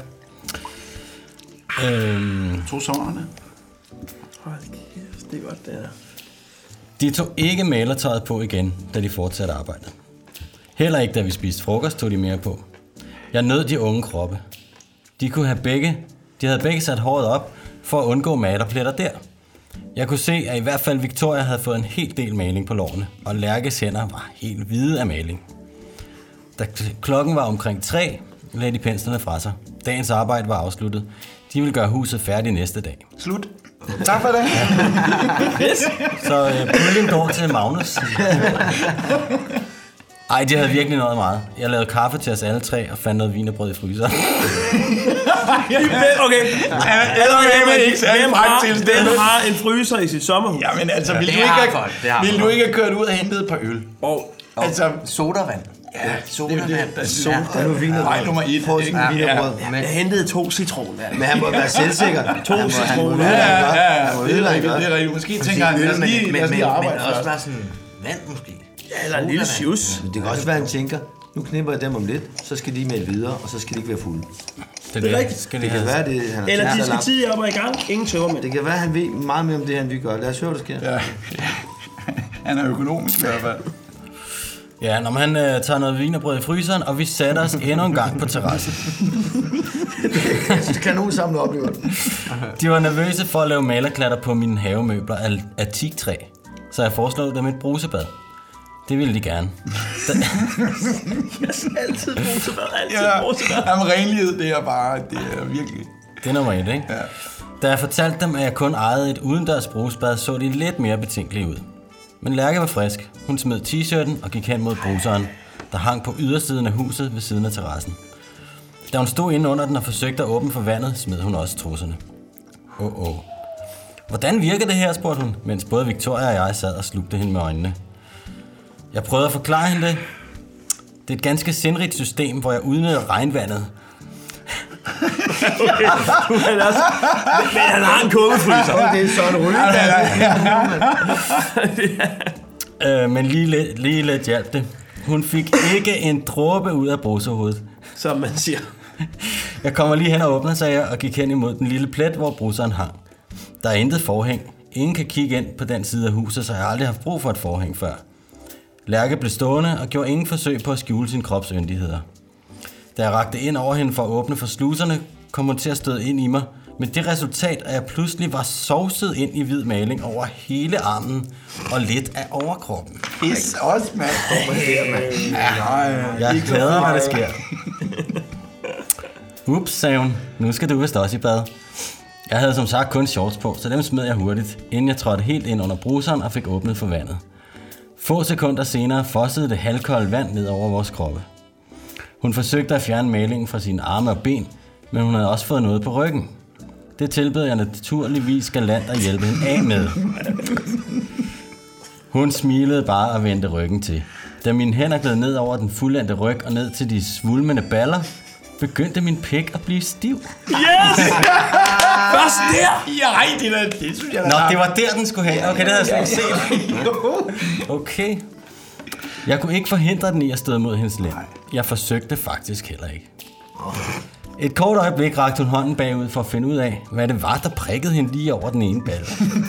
To sommererne. Hold kæft, det er godt, det her. De tog ikke malertøjet på igen, da de fortsatte arbejdet. Heller ikke, da vi spiste frokost, tog de mere på. Jeg nød de unge kroppe. De havde begge sat håret op for at undgå malerpletter der. Jeg kunne se, at i hvert fald Victoria havde fået en hel del maling på lårene, og Lærkes hænder var helt hvide af maling. Da klokken var omkring 3, lagde de penslerne fra sig. Dagens arbejde var afsluttet. De ville gøre huset færdigt næste dag. Slut. Tak for det. Så puljen går til Magnus. Ej, det havde virkelig noget meget. Jeg lavede kaffe til os alle tre og fandt noget wienerbrød i fryseren. Okay. Hvem har en fryser i sit sommerhus? Jamen altså, ville du ikke have kørt ud og hentet et par øl? Og sodavand. Ja, sodavand. Det var vinerbrød. Nej, nummer 1. Få sin vinerbrød. Jeg hentede 2 citroner. Men han må være selvsikker. 2 citroner. Ja, det er rigtigt. Måske tænker han, lad os lige arbejde først. Men også bare sådan vand måske. Ja, eller en lille sjus. Det kan også være, han tænker, nu knipper jeg dem om lidt, så skal de med videre, og så skal de ikke være fulde. Det er rigtigt. Det kan være, det han eller de skal tidligere op og i gang. Ingen tømmermænd. Det kan være, han ved meget mere om det, end vi gør. Lad os høre, hvad der sker. Ja. Han er økonomisk i hvert fald. Ja, når han tager noget wienerbrød i fryseren, og vi satte os endnu en gang på terrassen. Det kan nogen samle op i den. De var nervøse for at lave malerklatter på mine havemøbler af teaktræ, så jeg foreslog dem et brusebad. Det ville de gerne. Altid brusebad, Jamen renlighed, det er bare, det er virkelig. Det er nummer 1, ikke? Ja. Da jeg fortalte dem, at jeg kun ejede et udendørs brusebad, så de lidt mere betænkelige ud. Men Lærke var frisk. Hun smed t-shirten og gik hen mod bruseren, der hang på ydersiden af huset ved siden af terrassen. Da hun stod inde under den og forsøgte at åbne for vandet, smed hun også trusserne. Hvordan virker det her, spurgte hun, mens både Victoria og jeg sad og slugte hende med øjnene. Jeg prøvede at forklare hende det. Det er et ganske sindrigt system, hvor jeg udnytter regnvandet. Okay, men han har en kummefryser. Det er sådan en Men lige lidt hjalp det. Hun fik ikke en dråbe ud af bruserhovedet. Som man siger. Jeg kommer lige hen og åbner, sagde jeg, og gik hen imod den lille plet, hvor bruseren hang. Der er intet forhæng. Ingen kan kigge ind på den side af huset, så jeg har aldrig haft brug for et forhæng før. Lærke blev stående og gjorde ingen forsøg på at skjule sine kropsyndigheder. Da jeg rakte ind over hende for at åbne for sluserne, kom hun til at støde ind i mig, med det resultat, at jeg pludselig var sovset ind i hvid maling over hele armen og lidt af overkroppen. Pis også, mand. Jeg glæder mig, det sker. Ups, sagde hun. Nu skal du vist også i bad. Jeg havde som sagt kun shorts på, så dem smed jeg hurtigt, inden jeg trådte helt ind under bruseren og fik åbnet for vandet. Få sekunder senere fossede det halvkolde vand ned over vores kroppe. Hun forsøgte at fjerne malingen fra sine arme og ben, men hun havde også fået noget på ryggen. Det tilbød jeg naturligvis galant at hjælpe hende af med. Hun smilede bare og vendte ryggen til. Da mine hænder gled ned over den fuldendte ryg og ned til de svulmende baller, begyndte min pik at blive stiv. Yes! Først der! Nej, det synes jeg da. Nå, det var der, den skulle hen. Okay, det havde jeg slet ikke set. Okay. Jeg kunne ikke forhindre den i at støde mod hendes lem. Jeg forsøgte faktisk heller ikke. Et kort øjeblik rakte hun hånden bagud for at finde ud af, hvad det var, der prikkede hende lige over den ene balle.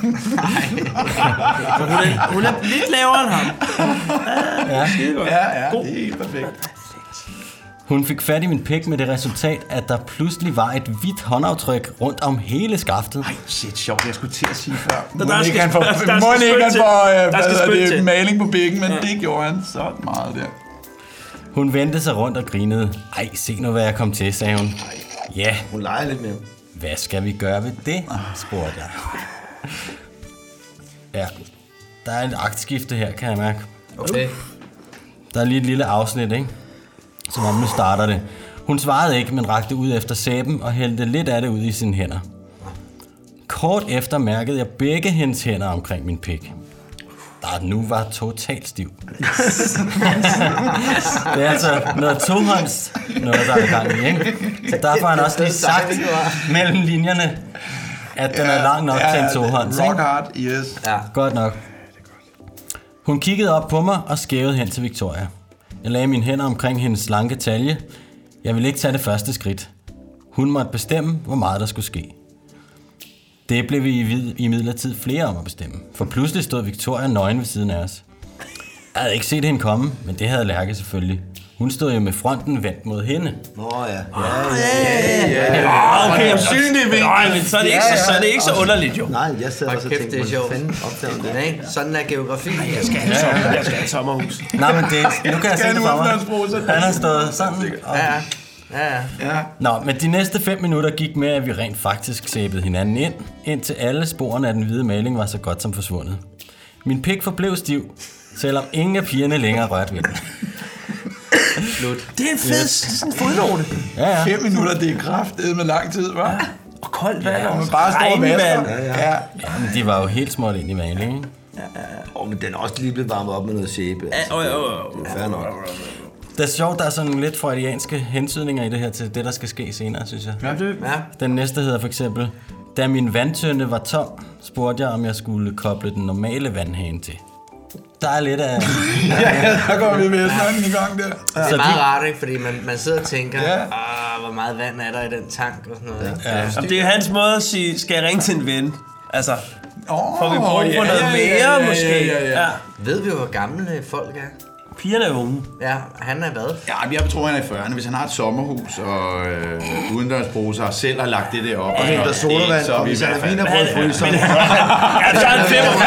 Hun er lidt lavere end ham. Ja, det er helt perfekt. Hun fik fat i min pik med det resultat, at der pludselig var et hvidt håndaftryk rundt om hele skaftet. Ej, shit, sjovt. Jeg skulle til at sige før. Der skal spyt maling på pikken, men det gjorde han så meget der. Hun vendte sig rundt og grinede. Ej, se nu, hvad jeg kom til, sagde hun. Ja. Hun leger lidt mere. Hvad skal vi gøre ved det, spurgte jeg. Ja, der er et aktskifte her, kan jeg mærke. Okay. Der er lige et lille afsnit, ikke? Som om nu starter det. Hun svarede ikke, men rakte ud efter sæben og hældte lidt af det ud i sine hænder. Kort efter mærkede jeg begge hendes hænder omkring min pik. Der nu var totalt stiv. Det er altså noget tohånds, noget der er i gang i, ikke? Så derfor har han også lige sagt mellem linjerne, at den er lang nok til en tohånds, ikke? Rock hard, yes. Ja. Godt nok. Hun kiggede op på mig og skævede hen til Victoria. Jeg lagde mine hænder omkring hendes slanke talje. Jeg ville ikke tage det første skridt. Hun måtte bestemme, hvor meget der skulle ske. Det blev vi imidlertid flere om at bestemme, for pludselig stod Victoria nøgen ved siden af os. Jeg havde ikke set hende komme, men det havde Lærke selvfølgelig. Hun stod jo med fronten vendt mod hende. Okay, synlig vinkel. Nej, men så er det ikke så underligt, jo. Nej, jeg sad også og tænkte, hvordan fanden opdager det? Sådan er geografi. Jeg skal have et sommerhus. Nej, men nu kan jeg se det for mig. Han har stået sådan. Ja. Nå, men de næste 5 minutter gik med, at vi rent faktisk sæbede hinanden ind, indtil alle sporene af den hvide maling var så godt som forsvundet. Min pik forblev stiv, selvom ingen af pigerne længere rørte ved den. Slut. Det er en fed sådan fodnote. Ja. 5 minutter, det er kraftedet med lang tid, hva'? Ja. Og koldt vand. Og man bare står og vasker. Ja, men de var jo helt småt ind i maling, ikke? Men den er også lige blevet varmet op med noget sæbe. Fair nok. Det er sjovt, der er sådan lidt freudianske hensydninger i det her til det, der skal ske senere, synes jeg. Ja. Den næste hedder for eksempel: da min vandtønde var tom, spurgte jeg, om jeg skulle koble den normale vandhane til. Der er lidt af... der går vi med snakken i gang der. Det er meget rart, ikke? Fordi man sidder og tænker, hvor meget vand er der i den tank og sådan noget. Ja. Det er hans måde at sige, skal jeg ringe til en ven? Altså, får vi brug for noget mere, måske? Ja. Ved vi jo, hvor gamle folk er? Pigerne er unge. Ja, han er hvad? Ja, jeg tror, han er i 40'erne. Hvis han har et sommerhus og udendørsbruser og selv har lagt det der op. Og henter sodavand, og hvis han er vinerbrød i fryseren. Ja, så er han 45.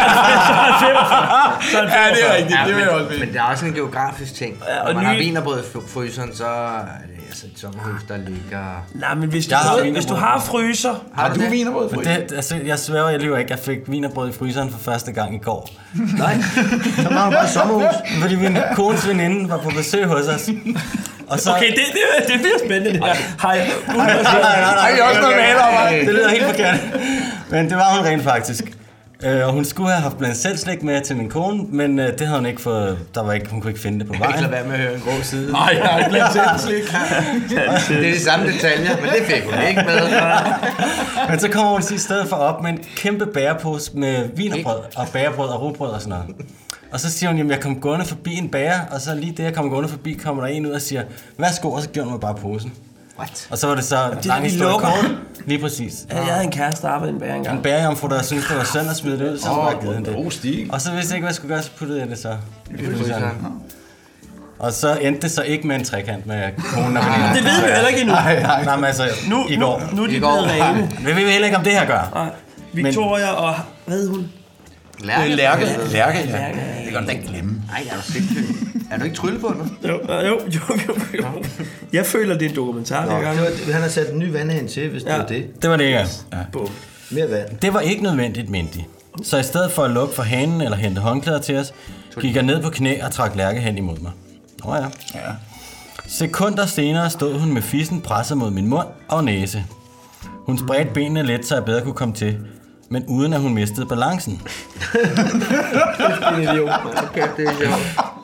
Ja, det er rigtigt. Det vil jeg også men der er også en geografisk ting. Når man har vinerbrød i fryseren, så er det altså et sommerhus, der ligger... Nej, men hvis du har fryser... Har du vinerbrød i fryseren? Altså, jeg sværger, jeg lyver ikke. Jeg fik vinerbrød i fryseren for første gang i går. Nej, så har du bare et sommerhus. Fordi min kones veninde var på besøg hos os. Og så... Okay, det bliver spændende det her. Nej, også noget maler, det lyder helt forkert. Men det var hun rent faktisk. Og hun skulle have haft blandt selv slik med til min kone, men det havde hun ikke fået. Hun kunne ikke finde det på vejen. Jeg kan ikke lade være med at høre en grå side. Nej, jeg har ikke blandt selv slik. Det er de samme detaljer, men det fik hun ikke med. Men så kommer hun i stedet for op med en kæmpe bærepose med vinerbrød og bærebrød og rugbrød og sådan noget. Og så siger hun, jamen jeg kom gående forbi en bager, og så lige det jeg kom gående forbi, kommer der en ud og siger, værsgo, og så giver hun mig bare posen. What? Og så var det så lang historie kort. Lige præcis. Ja, jeg havde en kæreste, der arbejdede i en bager engang. En bagerjomfru, der syntes, det var synd at smide det ud, så bare givet hende det. Stil. Og så vidste jeg ikke, hvad jeg skulle gøre, så puttede jeg det så i fryseren. Og så endte det så ikke med en trekant med konen og veninder. Det ved vi heller ikke endnu. Nej, men altså, i går. Nu er de blevet rene. Vi ved heller ikke, om det her gør. Nej. Victoria og... Hvad hed hun? Lærke, ja. Det kan du da ikke glemme. Nej, er du sindssygt. Er du ikke tryllebundet? Jo. Jeg føler, det er en dokumentar. Han har sat en ny vandhane til, hvis det var det. Det var det, ja. Mere vand. Det var ikke nødvendigt, mente de. Så i stedet for at lukke for hanen eller hente håndklæder til os, gik jeg ned på knæ og trak Lærke hen imod mig. Ja. Sekunder senere stod hun med fissen presset mod min mund og næse. Hun spredte benene lidt, så jeg bedre kunne komme til, men uden at hun mistede balancen. Det er en idiot. Okay, det er idiot.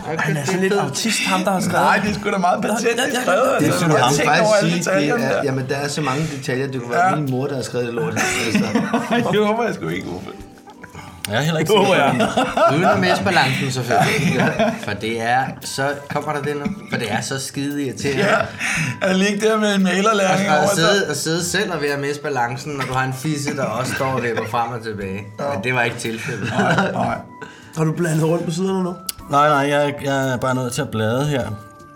Han er sådan lidt autist, ham der har skrevet. Nej, det er sgu da meget patentet skrevet. Det Altså. er Jeg ham tænker over alle faktisk sige, detaljerne der. jamen der er så mange detaljer, det kunne være min mor, der har skrevet det lort. Det håber jeg sgu ikke, Uffe. Jeg er heller ikke sikker. Uden at miste balancen selvfølgelig. For det er så... Kommer der det nu? For det er så skide irriterende. Ja, at ligge der med en mailerlæring over sig. Og sidde selv og ved at miste balancen, når du har en fisse, der også står og vipper frem og tilbage. Men det var ikke tilfældet. Nej. Har du blandet rundt på siderne nu? Nej, jeg er bare nødt til at blade her.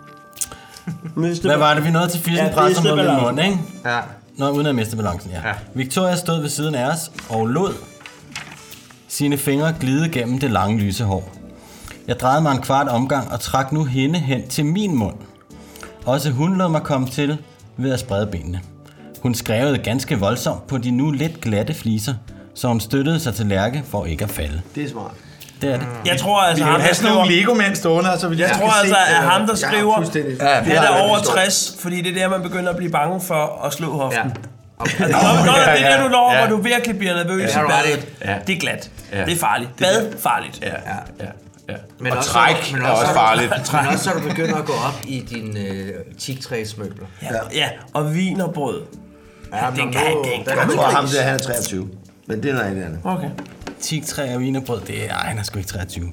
Hvad var det, vi nåede til fissen? Ja, Presser mod min mund, ikke? Ja. Nå, uden at miste balancen, ja. Victoria stod ved siden af os og lod sine fingre glide gennem det lange lyse hår. Jeg drejede mig en kvart omgang og trak nu hende hen til min mund. Også hun lod mig komme til ved at sprede benene. Hun skrævede ganske voldsomt på de nu lidt glatte fliser, så hun støttede sig til Lærke for ikke at falde. Det er smart. Det er det. Jeg tror altså, ham der skriver... nogle Lego-mænd stående, så vi jeg tror altså, at ham der skriver, han er over 60, fordi det er der, man begynder at blive bange for at slå hoften. Ja. Okay. Altså, det er der, du når, hvor du virkelig bliver nervøs i badet. Det er glat. Det er farligt. Bad, farligt. Ja. Men og træk er også farligt. Men også så du begynder at gå op i dine teaktræsmøbler. Ja, og vin og brød. Ja, det kan jeg tror, ham der, han er 23. Men det er noget andet. Okay. Teaktræ og vinerbrød, det er... Ej, han er sgu ikke 23.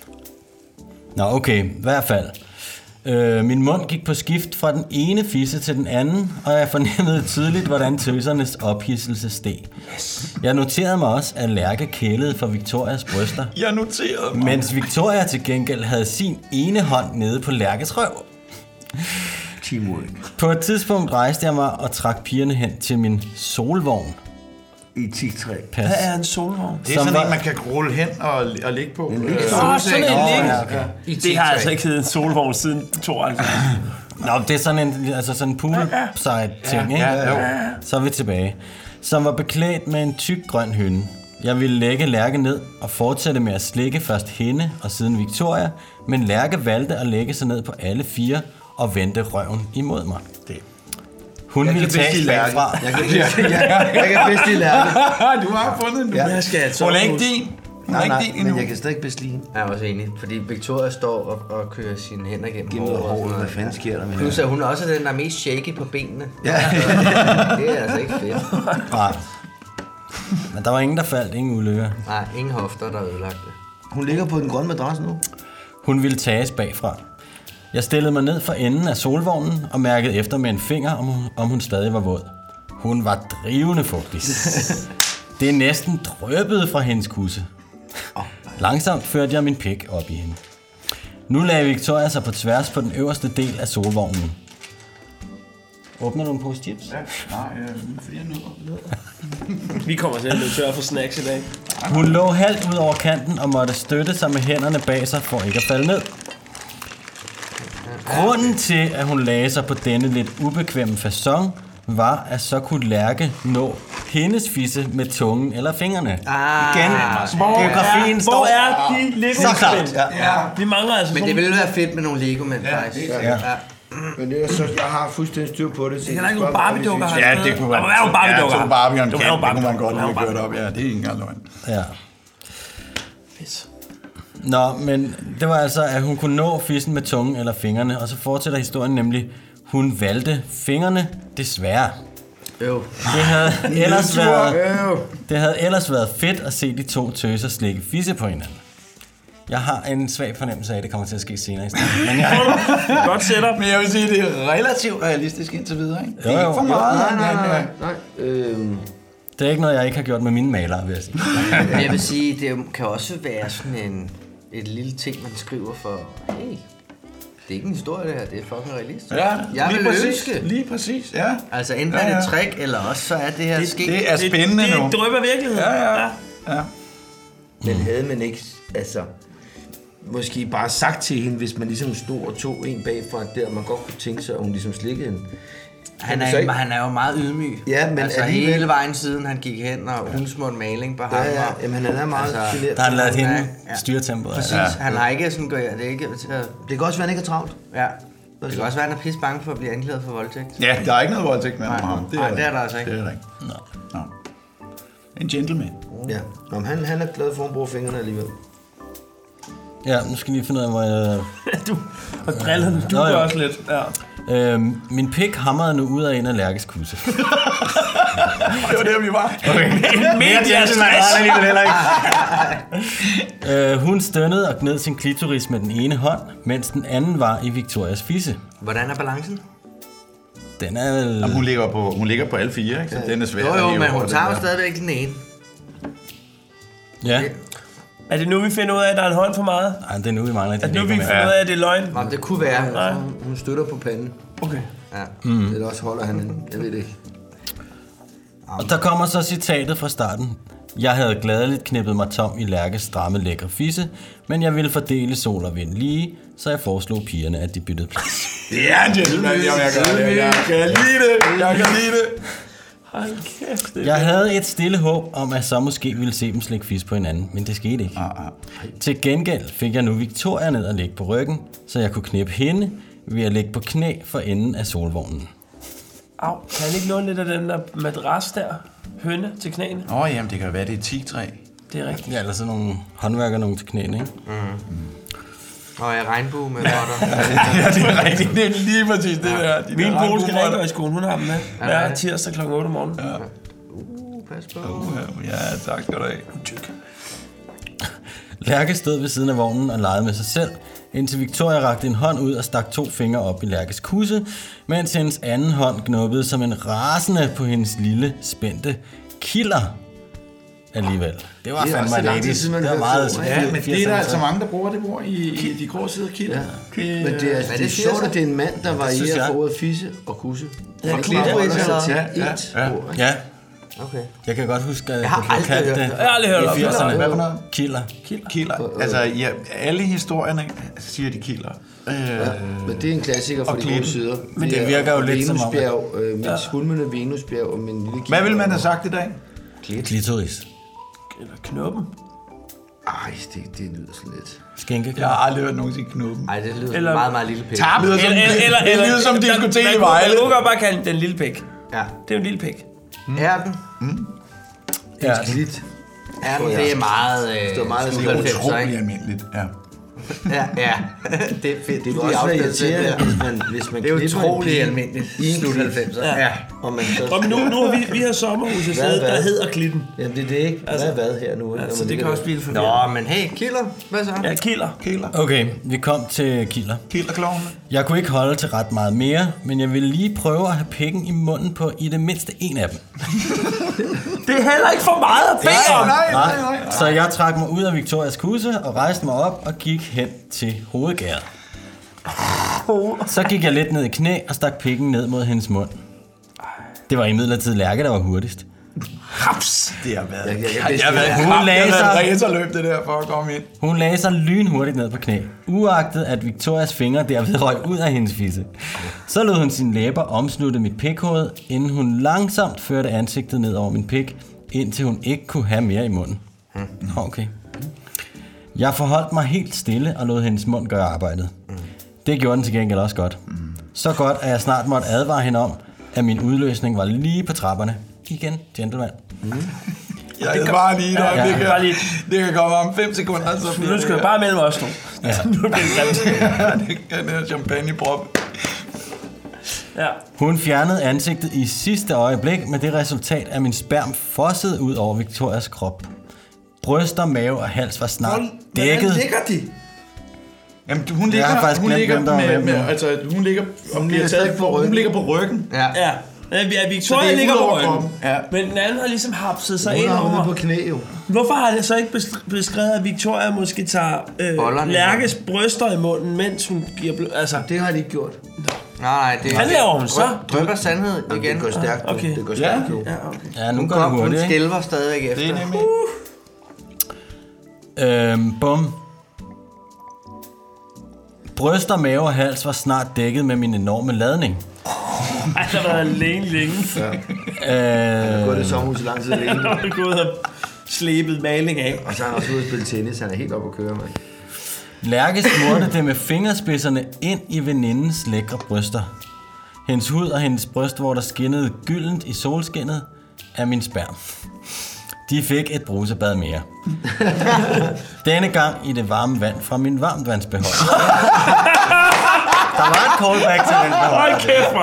Nå, okay. I hvert fald. Min mund gik på skift fra den ene fisse til den anden, og jeg fornemmede tydeligt, hvordan tøsernes ophidselse steg. Yes. Jeg noterede mig også, at Lærke kælede for Victorias bryster. Jeg noterede mig. Mens Victoria til gengæld havde sin ene hånd nede på Lærkes røv. Teamwork. På et tidspunkt rejste jeg mig og trak pigerne hen til min solvogn. I teaktræ. Hvad er en solvogn? Det er sådan en, man kan rulle hen og ligge på. Sådan en ligge. Det har altså ikke heddet en solvogn siden 92. Nå, det er sådan en poolside ting, ikke? Så er vi tilbage. Som var beklædt med en tyk grøn hynde. Jeg ville lægge Lærke ned og fortsætte med at slikke først hende og siden Victoria, men Lærke valgte at lægge sig ned på alle fire og vendte røven imod mig. Hun ville tage bagfra. Jeg kan bedst lide Lærke. Du har fundet en. Jeg skal altså. Hun er ikke din. Nej, men jeg kan stadig bedst lide hende. Jeg er også enig, fordi Victoria står og kører sine hænder gennem håret. Hvad fanden sker der med plus er hun også den, der er mest shaky på benene. Ja. Det er altså ikke fedt. Nej. Men der var ingen, der faldt. Ingen ulykker. Nej, ingen hofter, der ødelagte. Hun ligger på den grønne madras nu. Hun ville tages bagfra. Jeg stillede mig ned for enden af solvognen og mærkede efter med en finger, om hun stadig var våd. Hun var drivende fugtig. Det næsten drøbede fra hendes kusse. Langsomt førte jeg min pik op i hende. Nu lagde Victoria sig på tværs på den øverste del af solvognen. Åbner du en pose chips? Ja, nej, fordi jeg nødder. Vi kommer til at løbe tør for snacks i dag. Hun lå halvt ud over kanten og måtte støtte sig med hænderne bag sig for ikke at falde ned. Grunden til, at hun lagde sig på denne lidt ubekvemme facon, var, at så kunne Lærke nå hendes fisse med tungen eller fingrene. Igen, geografien står... Hvor er de Lego-spil? Ja. Vi mangler altså. Men det ville være fedt med nogle Lego-mænd, faktisk. Ja. Men det er så, jeg har fuldstændig styr på det. Det kan da ikke nogle Barbie-dukker her. Ja, det kunne være. Der må være nogle Barbie-dukker. Ja, to Barbie og en kat, det kunne man godt have kørt op. Ja, det er ikke engang løgn. Ja. Nå, men det var altså, at hun kunne nå fissen med tungen eller fingrene, og så fortsætter historien nemlig, hun valgte fingrene, desværre. Det havde ellers været fedt at se de to tøser slikke fisse på hinanden. Jeg har en svag fornemmelse af, at det kommer til at ske senere i stedet. Men godt setup. Men jeg vil sige, at det er relativt realistisk indtil videre, ikke? Det er ikke for meget. Nej. Det er ikke noget, jeg ikke har gjort med mine malere, vil jeg sige. Men jeg vil sige, det kan også være sådan et lille ting, man skriver for, hey, det er ikke en historie det her, det er fucking realistisk. Ja, jeg vil ønske. Lige præcis, ja. Altså enten er det et trick, eller også så er det her sket. Det er spændende nu. Det drøber virkeligheden. Ja. Men havde man ikke, altså, måske bare sagt til hende, hvis man ligesom stod og tog en bagfra der, man godt kunne tænke sig, at hun ligesom slikkede hende. Han er jo meget ydmyg. Ja, men altså hele vejen siden han gik hen, og hun smurte maling på ham. Ja. Jamen han er meget generet. Der har han ladet hende styre tempoet. Præcis. Ja. Han har ikke sådan gået. Det kan også være, han ikke er travlt. Ja. Det kan også være, han er pisse bange for at blive anklaget for voldtægt. Ja, der er ikke noget voldtægt med ham. Nej, det er der altså ikke. Det er der ikke. Nå. En gentleman. Ja. Nå, han er glad for, at hun bruger fingrene alligevel. Ja, nu skal jeg lige finde ud af, hvor jeg... Og brillerne, du gør også lidt. Ja. Min pik hamrede nu ud af en allergisk kusse. Det var der, vi var. Okay. Hun stønnede og gned sin klitoris med den ene hånd, mens den anden var i Victorias fisse. Hvordan er balancen? Den er vel... Jamen, hun ligger på alle fire, ikke? Så den er svær. Jo, men hun tager jo stadigvæk den ene. Ja. Er det nu, vi finder ud af, at der er en hånd for meget? Nej, det er nu, vi mangler. Er det nu, vi finder ud af, at det er løgn? Jamen, det kunne være. Hun støtter på panden. Okay. Ja, eller også holder han en. Jeg ved det ikke. Og der kommer så citatet fra starten. Jeg havde gladeligt knippet mig tom i Lærkes stramme lækre fisse, men jeg ville fordele sol og vind lige, så jeg foreslog pigerne, at de byttede plads. Det er en gentleman, jeg kan lide det. Hold kæft. Jeg havde et stille håb om, at så måske ville se dem slække fis på hinanden, men det skete ikke. Til gengæld fik jeg nu Victoria ned og ligge på ryggen, så jeg kunne knippe hende ved at ligge på knæ for enden af solvognen. Au, kan han ikke låne lidt af den der madras der? Hønne til knæene? Jamen det kan være, det er 10-træ. Det er rigtigt. Ja, eller sådan nogle håndværker nogen til knæene, ikke? Og jeg regnbue med rotter. Ja, det er rigtigt. Det er lige præcis det der. Min polske rengøringskone, hun har dem med. Hver tirsdag kl. 8 om morgenen. Ja. Pas på. Ja, tak skal du have. Tyk. Lærke stod ved siden af vognen og legede med sig selv, indtil Victoria rakte en hånd ud og stak 2 fingre op i Lærkes kusse, mens hendes anden hånd knuppede som en rasende på hendes lille, spændte kilder. Alligevel. Det var fandme ladies. Det var meget... Ja, men det er der altså mange, der bruger det ord i de grå sider kilder. Ja. Men det er sjovt, at det er en mand, der varierer for ordet fisse og kusse. Ja, det klitoris eller til et ord. Ja. Okay. Jeg kan godt huske, at jeg har aldrig hørt det. Jeg har aldrig hørt om det. Hvad for noget? Kilder. Altså, ja, alle historierne siger de kilder. Men det er en klassiker for de gode sider. Men det virker jo lidt som om... Mit svulmende Venusbjerg og min lille kilder. Hvad vil man have sagt i dag? Klitoris. Eller knuppen. Ej, det lyder sådan lidt. Skænke. Jeg har aldrig hørt nogen sige knuppen. Ej, det lyder meget, meget lille pæk. Det lyder som diskotek i Vejle. Man kunne bare kalde den lille pæk. Ja. Det er en lille pæk. Ærten. Ja. Skidt. Ærten, det er meget... Det er meget utroligt almindeligt, ja. Ja. Det er fedt. Det er også være irriterende, hvis man det er utroligt almindeligt. I slut 90'er. Ja. Og nu har vi har sommerhus i stedet, der hedder Klitten. Jamen det er det ikke. Hvad her nu? Altså, det kan også blive forvirrende. Nå, men hey, kilder. Hvad så? Ja, kilder. Okay, vi kom til kilder. Kilderklovene. Jeg kunne ikke holde til ret meget mere, men jeg ville lige prøve at have pikken i munden på i det mindste en af dem. Det er heller ikke for meget at bede om. Nej. Så jeg trak mig ud af Victorias kusse og rejste mig op og gik hen til hovedgæret. Så gik jeg lidt ned i knæ og stak pikken ned mod hendes mund. Det var imidlertid Lærke, der var hurtigst. Haps! Det har været... det der for at komme ind. Hun lagde sig lynhurtigt ned på knæ, uagtet at Victorias fingre derved røg ud af hendes fisse. Så lod hun sine læber omslutte mit pikhoved, inden hun langsomt førte ansigtet ned over min pik, indtil hun ikke kunne have mere i munden. Okay. Jeg forholdt mig helt stille og lod hendes mund gøre arbejdet. Det gjorde den til gengæld også godt. Så godt, at jeg snart måtte advare hende om, at min udløsning var lige på trapperne. Igen, gentleman. Jeg er bare lige det kan komme om 5 sekunder. Så nu skal jeg bare mellem os to. Ja. Nu bliver det grimt. Det kan den her champagneprop. Ja. Hun fjernede ansigtet i sidste øjeblik med det resultat, at min sperm fossede ud over Victorias krop. Bryster, mave og hals var snart dækket. Hvordan ligger de? Jamen, hun ligger på ryggen. Ja. Victoria ligger på ryggen. Ja. Men den anden har ligesom hapset sig ind over. På knæ, jo. Hvorfor har det så ikke beskrevet, at Victoria måske tager Lærkes bryster i munden, mens hun giver altså? Det har de ikke gjort. Nej, det hvad laver hun så? Drypper sandhed igen. Det går stærkt. Okay. Det går stærkt. Ja, nu går det hurtigt. Hun skælver stadigvæk efter. Det er nemlig. Bum. Bryster, mave og hals var snart dækket med min enorme ladning. Ej, der har været længe. Han har gået i sommerhus i lang tid længe. Han har gået og slebet maling af. Og så har han også ude at spille tennis. Han er helt oppe at køre, mand. Lærke smurte det med fingerspidserne ind i venindens lækre bryster. Hendes hud og hendes brystvorter skinnede gyldent i solskinnet af min sperm. De fik et brusebad mere. Denne gang i det varme vand fra min varmtvandsbeholder. Der var et callback til den beholder. Hold kæft,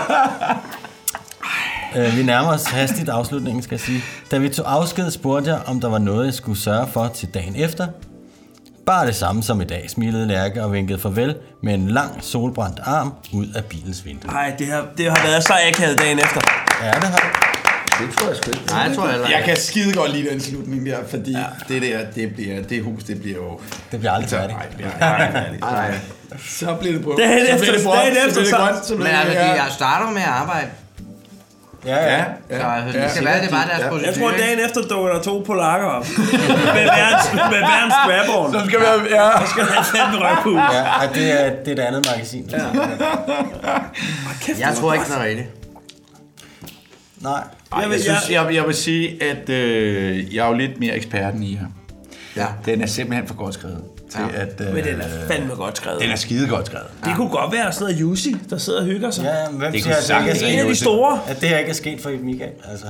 man. Vi nærmer os hastigt afslutningen, skal jeg sige. Da vi tog afsked, spurgte jeg, om der var noget, jeg skulle sørge for til dagen efter. Bare det samme som i dag, smilede Lærke og vinkede farvel med en lang, solbrændt arm ud af bilens vindue. Nej, det har været så akavet dagen efter. Ja, det har. Det tror jeg sgu ikke. Nej, jeg tror jeg kan skide godt lide den slutning der, fordi det hus, det bliver jo... Det bliver aldrig færdigt. Nej. Så bliver det brugt. Dagen efter, så men altså, jeg starter med at arbejde. Ja. Så altså, det skal være, det var deres position. Jeg tror, dagen efter dukker der 2 polakker op. med verdens strap-on. Så skal vi have... Så skal have fandme røvhus. Ja, det er et andet magasin. Ja. Jeg tror ikke, den er rigtig. Nej. Jeg vil sige, at jeg er jo lidt mere eksperten i her. Ja. Den er simpelthen for godt skrevet. Men den er fandme godt skrevet. Den er skide godt skrevet. Det kunne godt være sådan noget Jussi, der sidder og hygger sig. Ja, hvem det siger, at det er en af de store. At det her ikke er sket for Michael, altså.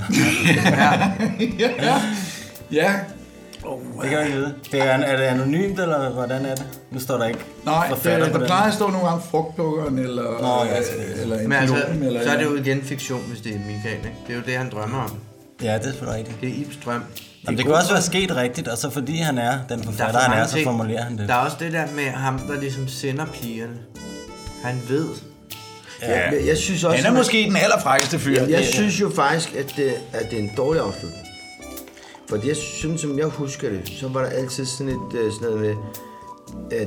Ja. Det kan jeg ikke vide. Er det anonymt, eller hvordan er det? Nu står der ikke. Nej, der plejer at stå nogle gange frugtplukkeren, eller en altså, eller så er det jo igen fiktion, hvis det er Michael, ikke? Det er jo det, han drømmer om. Ja, det er selvfølgelig rigtigt. Det er Ibs drøm. Jamen, det kan også være sket rigtigt, og så fordi han er den forfatter, han er, så formulerer han det. Der er også det der med ham, der ligesom sender pigerne. Han ved. Ja. Jeg synes også, han er måske den allerfrækkeste fyr. Jeg synes jo faktisk, at det er en dårlig afslutning. Fordi jeg synes, som jeg husker det, så var der altid sådan noget med, at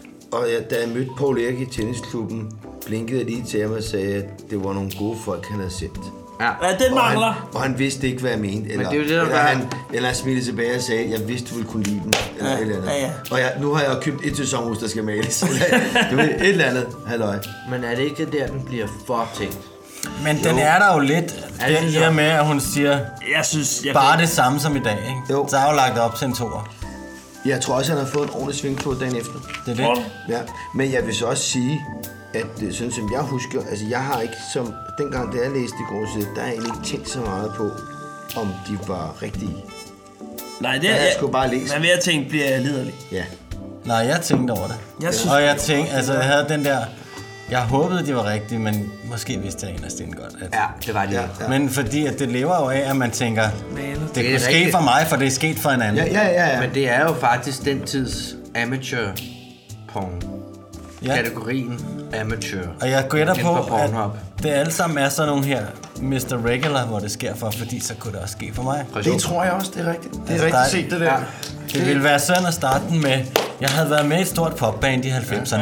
da jeg mødte Poul Erik i tennisklubben, blinkede jeg lige til ham og sagde, at det var nogle gode folk, han havde sendt. Ja, den mangler. Og han vidste ikke, hvad jeg mente. Eller, det er jo det, eller han smidte tilbage og sagde, jeg vidste, du ville kunne lide den. Eller et eller andet. Ja. Og nu har jeg købt et sommerhus, der skal males. Det er et eller andet. Halløj. Men er det ikke der, den bliver for tænkt? Men den er der jo lidt. Det er med, at hun siger, jeg bare det samme som i dag. Ikke? Jo. Så er jo lagt op til en toer. Jeg tror også, han har fået en ordentlig sving på dagen efter. Det er det. Ja. Men jeg vil så også sige, at sådan som jeg husker, altså jeg har ikke som, dengang da jeg læste i Gråsæt, der har jeg egentlig ikke tænkt så meget på, om de var rigtige. Nej, det er jeg skulle bare læse. Men ved at tænke, bliver jeg liderlig. Ja. Nej, jeg tænkte over det. Jeg tænkte, altså jeg havde den der, jeg håbede, de var rigtige, men måske vidste jeg inderst inden godt. Ja, det var det. Ja. Men fordi at det lever jo af, at man tænker, det kunne ske for mig, for det er sket for en anden. Ja. Men det er jo faktisk den tids amateur porn. Ja. Kategorien amateur. Og jeg gætter på, at det alle sammen er sådan nogle her Mr. Regular, hvor det sker for, fordi så kunne det også ske for mig. Det tror jeg også, det er rigtigt. Det er rigtigt set, det der. Ja. Det ville være sådan at starte den med, jeg havde været med i et stort popband i 90'erne.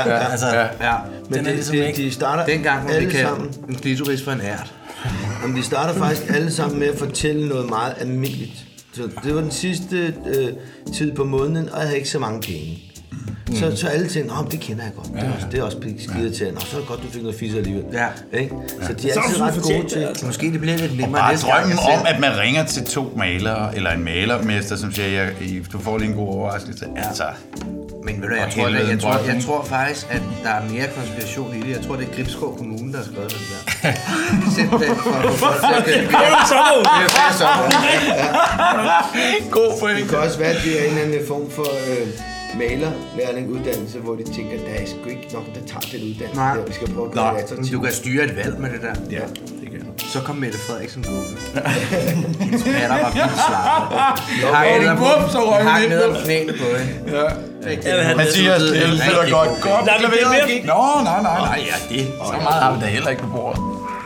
Ja. Men de starter dengang, alle vi sammen. En klitoris for en ært. Men de starter faktisk alle sammen med at fortælle noget meget almindeligt. Så det var den sidste tid på måneden, og jeg havde ikke så mange penge. Så alle tænkte, det kender jeg godt. Det er også skide til. Og så er det godt, du fik noget fisse alligevel. Ja. Ikke? Så de er altid ret gode til. Altså. Måske det bliver lidt nemmere. Og bare drømmen om, at man ringer til 2 malere, eller en malermester, som siger, du får lige en god overraskelse. Altså, men ved du, jeg tror faktisk, at der er mere konspiration i det. Jeg tror, det er Gribskov Kommune, der har skrevet det der. Simpelthen for at få folk til at god point. Det kan også være, at det er en eller anden form for malerlærlinguddannelse, hvor de tænker, der er sgu ikke nok, der tager den uddannelse. Nej. Der, vi skal prøve at gøre det attraktivt. Du kan styre et valg med det der. Ja, det kan. Så kom Mette Frederiksen gående. Hendes patter var vildt slappe. Hak ned om knæene på hende. Ja. Han siger, det er godt. Godt, klaveret gik. Nej, ja, det. Så meget har vi da heller ikke på bordet.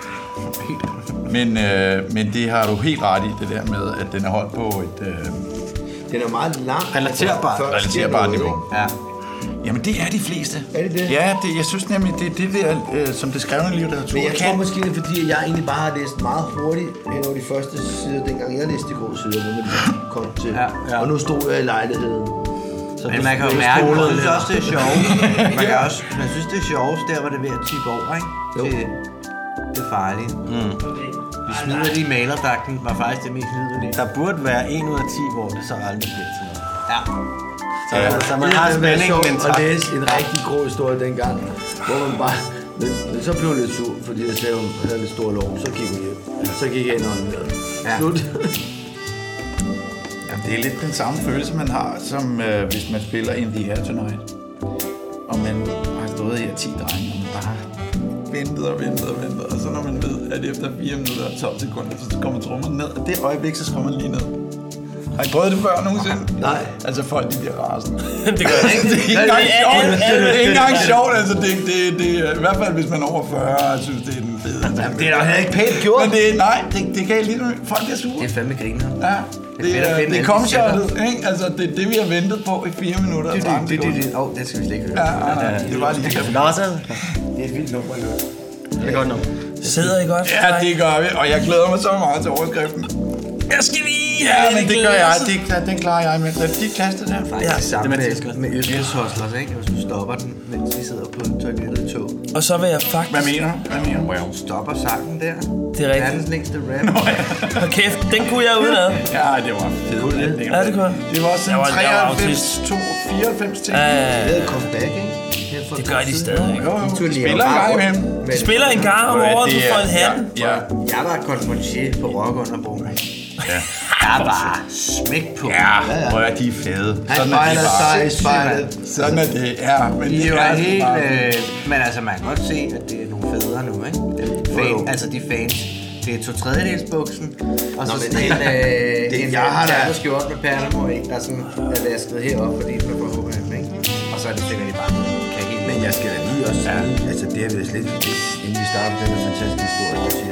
Men det har du helt ret i, det der med, at den er holdt på et... Den er meget lang. Relaterbart niveau. Ja. Jamen, det er de fleste. Er det det? Ja, jeg synes nemlig, det er det der, som det skrevne litteratur. Men jeg tror måske, det er fordi, jeg egentlig bare har læst meget hurtigt hen over de første sider, dengang jeg læste de grå sider, hvor man kom til. Ja. Og nu stod jeg i lejligheden. Så men man kan jo mærke, at man synes også, det er sjovt. Man synes, det er sjovt, der var det ved at tippe over, ikke? Jo. Det er farligt. Vi smider lige malerdragten, var faktisk det mest lidelige. Der burde være 1 ud af 10, hvor det så aldrig bliver til noget. Ja. Så man har spændingen, men at læse en rigtig grå historie dengang, hvor man bare... Men så blev jeg lidt sur, fordi jeg sagde, at hun havde lidt stor lov. Så gik hun hjem. Så gik jeg ind og ned. Ja. Slut. det er lidt den samme følelse, man har, som hvis man spiller In the Air Tonight. Og man har stået her 10 drenge, og man bare ventet, og så når man ved, at efter 4 minutter og 12 sekunder, så kommer trommerne ned, og det øjeblik, så kommer man lige ned. Har I prøvet det før nogensinde? Nej. Altså folk, de bliver rasende. Det gør jeg ikke. Det er ikke engang sjovt. Det er ikke engang sjovt, altså det i hvert fald, hvis man er over 40, jeg synes, det er den fede. Det er da ikke pænt gjort. Men det kan jeg lige nu. Folk bliver sure. Det er fandme griner. Ja. Det er komshottet, ikke? Altså, det er det, vi har ventet på i 4 minutter. Det skal vi slet ikke høre. Ja, det var lige der. Nå, så. Det er et vildt nummer, jo. Det er godt nummer. Sidder I godt? Ja, det gør vi, og jeg glæder mig så meget til overskriften. Jeg skal lige... Ja, men det gør jeg. Den klarer jeg med. De kaster der. Faktisk det samme med Østkyshostlers, ikke? Hvis du stopper den, mens de sidder på toilettet i tog. Og så vil jeg faktisk... Hvad mener du? Du stopper sangen der. Det er rigtigt. Verdens længste rap. Hold kæft, den kunne jeg udenad. Ja, det var fedt. Ja, det kunne det var sådan 93, 94 ting. Det er comeback, ikke? Det gør de stadig, ikke? De spiller en gang imellem. De spiller en gang om året, du får en hatten. Jeg var konferencier på Rock Underbro. Ja. Der bare smæk på. Ja, prøv at de er fede. Han spejler sig i spejlet. Sådan er det, ja. Men det er jo helt... Men altså, man kan godt se, at det er nogle fædre nu, ikke? Altså, de fans. Det er 2/3 buksen, og så sådan en skjort med perlemor, ikke? Der sådan er vasket herop, fordi den er på HM, ikke? Og så er det sikkert bare kan helt. Men jeg skal da lige også sige, altså det har vi da slet ikke, inden vi starter på den her fantastiske historie, der siger,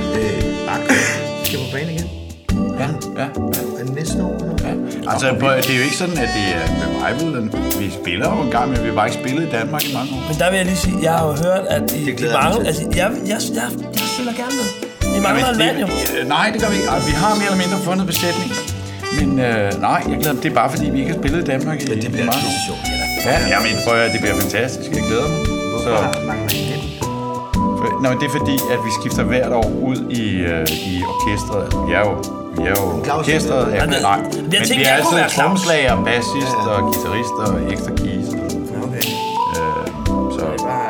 Bakke skal på banen igen. Ja. Næste år. Ja. Altså, det er jo ikke sådan, at det er revival. Vi spiller jo en gang, men vi har bare ikke spillet i Danmark i mange år. Men der vil jeg lige sige, jeg har jo hørt, at I mange... Altså, jeg spiller gerne med. I mangler en mand, jo. Nej, det gør vi ikke. Vi har mere eller mindre fundet besætning. Men nej, jeg glæder mig. Det er bare fordi, vi ikke har spillet i Danmark i mange år. Sjovt. Ja, men prøv at det bliver fantastisk. Jeg glæder mig. Hvorfor mangler I igen? Nå, men det er fordi, at vi skifter hvert år ud i orkestret. Vi er jo orkestret. Ja, nej. Men vi er altid tromslager, bassist og guitarist og ekstra keys. Okay. Så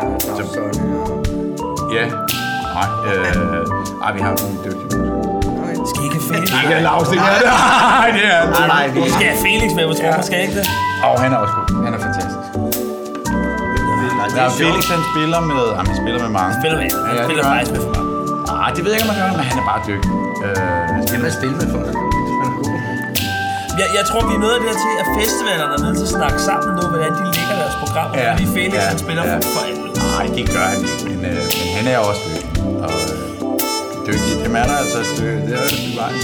ja. Nej, vi har nogle dygtige musikere. Skal I ikke have Felix? Nej, det er Lars, det er det. Nej, det er det. Nej, vi skal have Felix med, hvor tror man skal ikke det? Han er også god. Han er fantastisk. Ja, Felix, han spiller med... Han spiller med mange. Han spiller faktisk med for mange. Nej, det ved jeg ikke, om man gør, men han er bare dygtig. Skal man spille med for dig? Jeg tror, vi er nået der til, at festivalerne er nødt til at snakke sammen nu, hvordan de ligger deres programmer. Ja, fordi Felix, han spiller for alle. Nej, det gør han ikke, men han er også dygtig. Og dygtig, dem er der altså et stykke. Det er jo et vejen.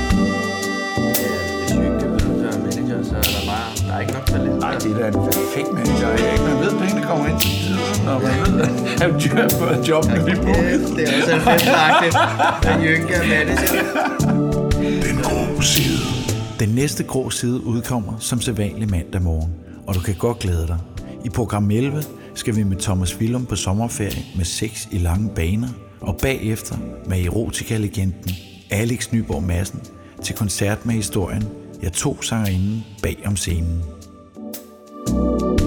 Hvis vi ikke kan udnytte manager, så er der bare... Der er ikke nok talent. Nej, det er da en perfekt manager. Man ved, at pengene kommer ind til tiden, og man ved, at dyr på jobbene vi bruger. Det er også en festagtigt, at Jynke er manager. Den grå side. Den næste grå side udkommer som sædvanlig mandag morgen, og du kan godt glæde dig. I program 11 skal vi med Thomas Willum på sommerferie med sex i lange baner, og bagefter med erotika-legenden Alex Nyborg Madsen til koncert med historien Jeg tog sangerinden bag om scenen.